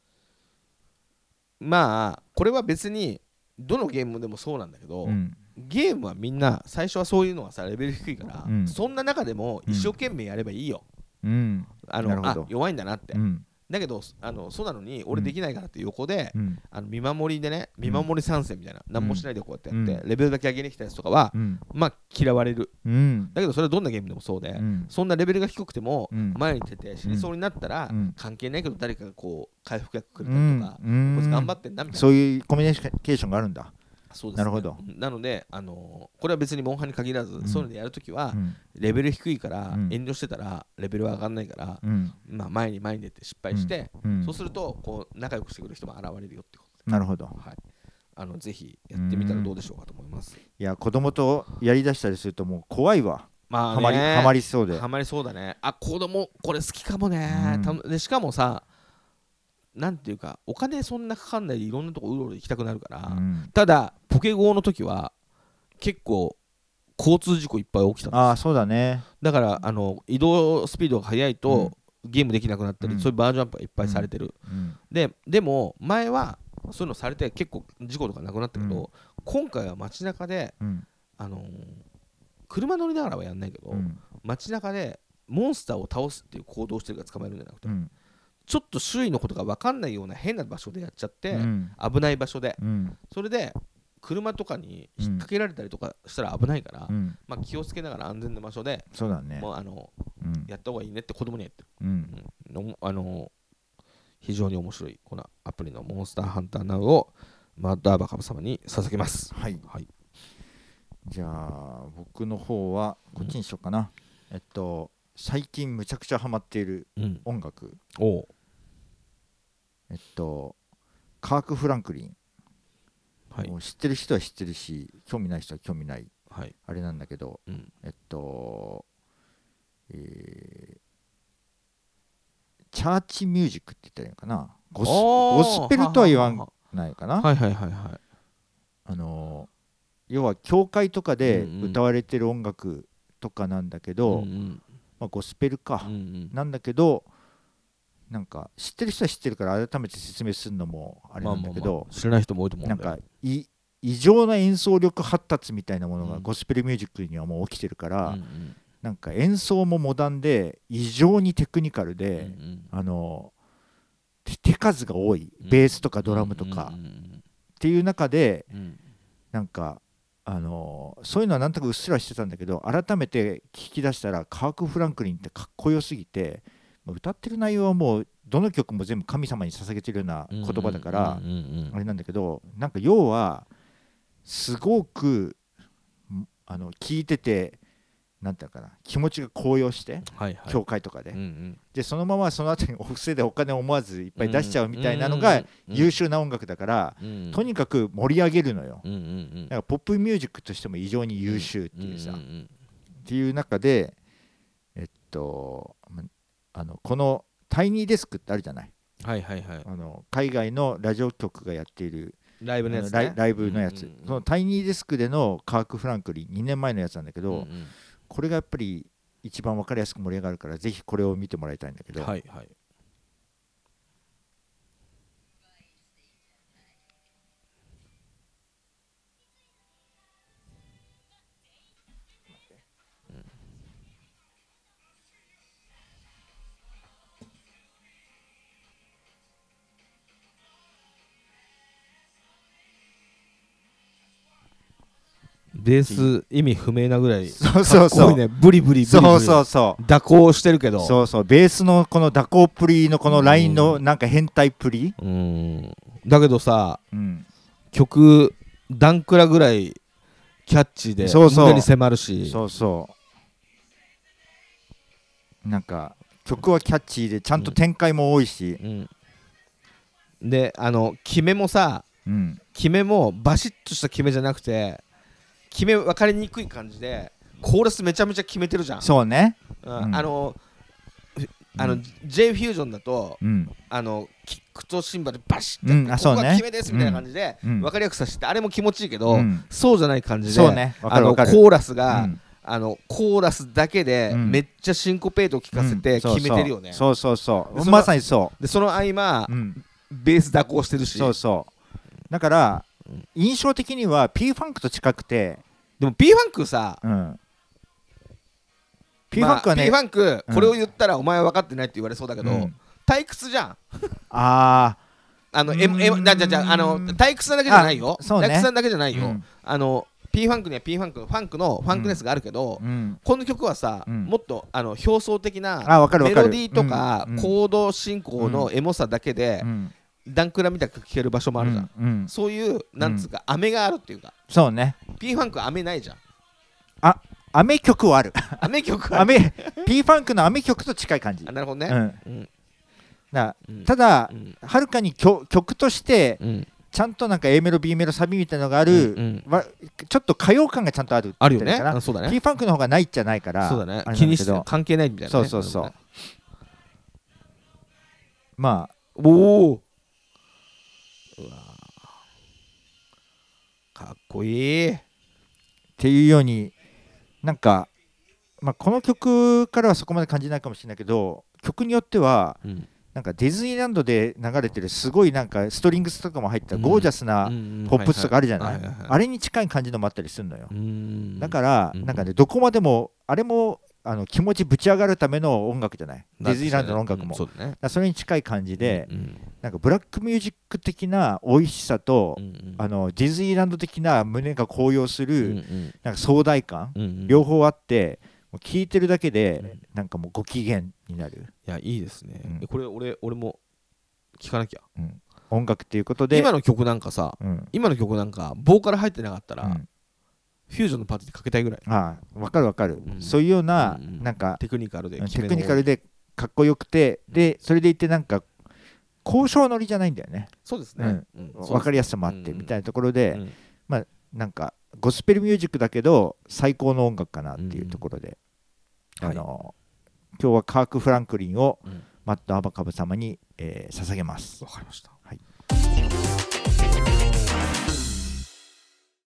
これは別にどのゲームでもそうなんだけど、ゲームはみんな最初はそういうのがさレベル低いから、そんな中でも一生懸命やればいいよ、弱いんだなって、だけどそうなのに俺できないからって横で、見守りでね、見守り参戦みたいな、何もしないでこうやってやって、レベルだけ上げに来たやつとかは、嫌われる、だけどそれはどんなゲームでもそうで、そんなレベルが低くても、前に出て死にそうになったら、関係ないけど誰かがこう回復薬くれたりとか、こいつ頑張ってんなみたいな、 そういうコミュニケーションがあるんだ。 そうですね、 なるほど。 なので、これは別にモンハンに限らず、そういうのでやるときは、レベル低いから遠慮してたらレベルは上がんないから、前に出て失敗して、そうするとこう仲良くしてくる人も現れるよってことで。 なるほど、 ぜひやってみたらどうでしょうかと思います。 いや、子供とやりだしたりするともう怖いわ。はまりそうで。 はまりそうだね。子供これ好きかもね。でしかもさ、なんていうかお金そんなかかんないでいろんなとこうろうろ行きたくなるから、ただポケゴーの時は結構交通事故いっぱい起きたんです。 そうだね。 だから移動スピードが速いと、ゲームできなくなったり、そういうバージョンアップがいっぱいされてる、でも前はそういうのされて結構事故とかなくなったけど、今回は街中で、車乗りながらはやんないけど、街中でモンスターを倒すっていう行動をしてるから捕まえるんじゃなくて、ちょっと周囲のことが分かんないような変な場所でやっちゃって、危ない場所で、それで車とかに引っ掛けられたりとかしたら危ないから、気をつけながら安全な場所で、 そうだね、 もうやった方がいいねって子供には言ってる、非常に面白いこのアプリのモンスターハンターナウをマッダーバカブ様に捧げます。 はい、じゃあ僕の方はこっちにしようかな。最近むちゃくちゃハマっている音楽、カーク・フランクリン、知ってる人は知ってるし興味ない人は興味ない、あれなんだけど、チャーチミュージックって言ったらいいのかな、ゴスペルとは言わないかな。要は教会とかで歌われてる音楽とかなんだけど、ゴスペルか、なんだけど、なんか知ってる人は知ってるから改めて説明するのもあれなんだけど、 知らない人も多いと思うんだよ。 なんか異常な演奏力発達みたいなものがゴスペルミュージックにはもう起きてるから、なんか演奏もモダンで異常にテクニカルで、手数が多い、ベースとかドラムとかっていう中で、なんかそういうのはなんとかうっすらしてたんだけど、改めて聞き出したらカーク・フランクリンってかっこよすぎて、歌ってる内容はもうどの曲も全部神様に捧げてるような言葉だからあれなんだけど、なんか要はすごく聞いてて、なんていうかな、気持ちが高揚して、教会とかで、でそのままその後にお布施でお金を思わずいっぱい出しちゃうみたいなのが優秀な音楽だから、とにかく盛り上げるのよ。だからポップミュージックとしても異常に優秀っていうさ、っていう中でこのタイニーデスクってあるじゃない。 海外のラジオ局がやっているライブのやつ、ね、 ライブのやつ、そのタイニーデスクでのカーク・フランクリン2年前のやつなんだけど、これがやっぱり一番分かりやすく盛り上がるから、ぜひこれを見てもらいたいんだけど、 ベース意味不明なぐらいかっこいいね。ブリブリそう蛇行してるけど、 ベースのこの蛇行っぷりのこのラインのなんか変態っぷり、 だけどさ、曲ダンクラぐらいキャッチーで胸に迫るし、 なんか曲はキャッチーでちゃんと展開も多いし、 で決めもさ、決めもバシッとした決めじゃなくて、決め分かりにくい感じでコーラスめちゃめちゃ決めてるじゃん。 そうね、 J フュージョンだと、キックとシンバルでバシッと、ここが決めですみたいな感じで分かりやすくさせて、あれも気持ちいいけど、そうじゃない感じで、コーラスが、コーラスだけでめっちゃシンコペートを効かせて決めてるよね。 まさにそうで、その合間、ベース蛇行してるし、 だから印象的には P ファンクと近くて、 でも P ファンクさ、 P ファンクはね、 P ファンクこれを言ったらお前は分かってないって言われそうだけど、退屈じゃん。退屈なだけじゃないよ。退屈なだけじゃないよ。P ファンクには P ファンクのファンクのファンクネスがあるけど、この曲はさ、もっと表層的なメロディーとかコード進行のエモさだけでダンクラみたく聴ける場所もあるじゃん。そういうなんつうか飴があるっていうか。 そうね。 P ファンクは飴ないじゃん。 飴曲はある。 飴曲 P ファンクの飴曲と近い感じ。 なるほどね。 ただはるかに曲としてちゃんとなんか A メロ B メロサビみたいなのがある、ちょっと歌謡感がちゃんとある。 あるよね。そうだね。 P ファンクの方がないじゃないから、 そうだね。気にして関係ないみたいな。 そうまあ、 おお、かっこいいっていうように、なんか、この曲からはそこまで感じないかもしれないけど、曲によっては、なんかディズニーランドで流れてるすごいなんかストリングスとかも入ったゴージャスなポップスとかあるじゃない。あれに近い感じのもあったりするのよ。だからなんかね、どこまでもあれも気持ちぶち上がるための音楽じゃない。ディズニーランドの音楽も。それに近い感じで、なんかブラックミュージック的な美味しさと、ディズニーランド的な胸が高揚するなんか壮大感、両方あって、聴いてるだけでなんかもうご機嫌になる。 いや、いいですね。これ俺も聴かなきゃ。 音楽っていうことで、 今の曲なんかさ、今の曲なんかボーカル入ってなかったら、フュージョンのパーティーでかけたいぐらい。 わかる、そういうようななんかテクニカルでかっこよくて、でそれでいてなんか交渉乗りじゃないんだよね。 そうですね。 わかりやすさもあってみたいなところで、なんかゴスペルミュージックだけど最高の音楽かなっていうところで、今日はカーク・フランクリンをマット・アバカブ様に捧げます。 わかりました。 はい。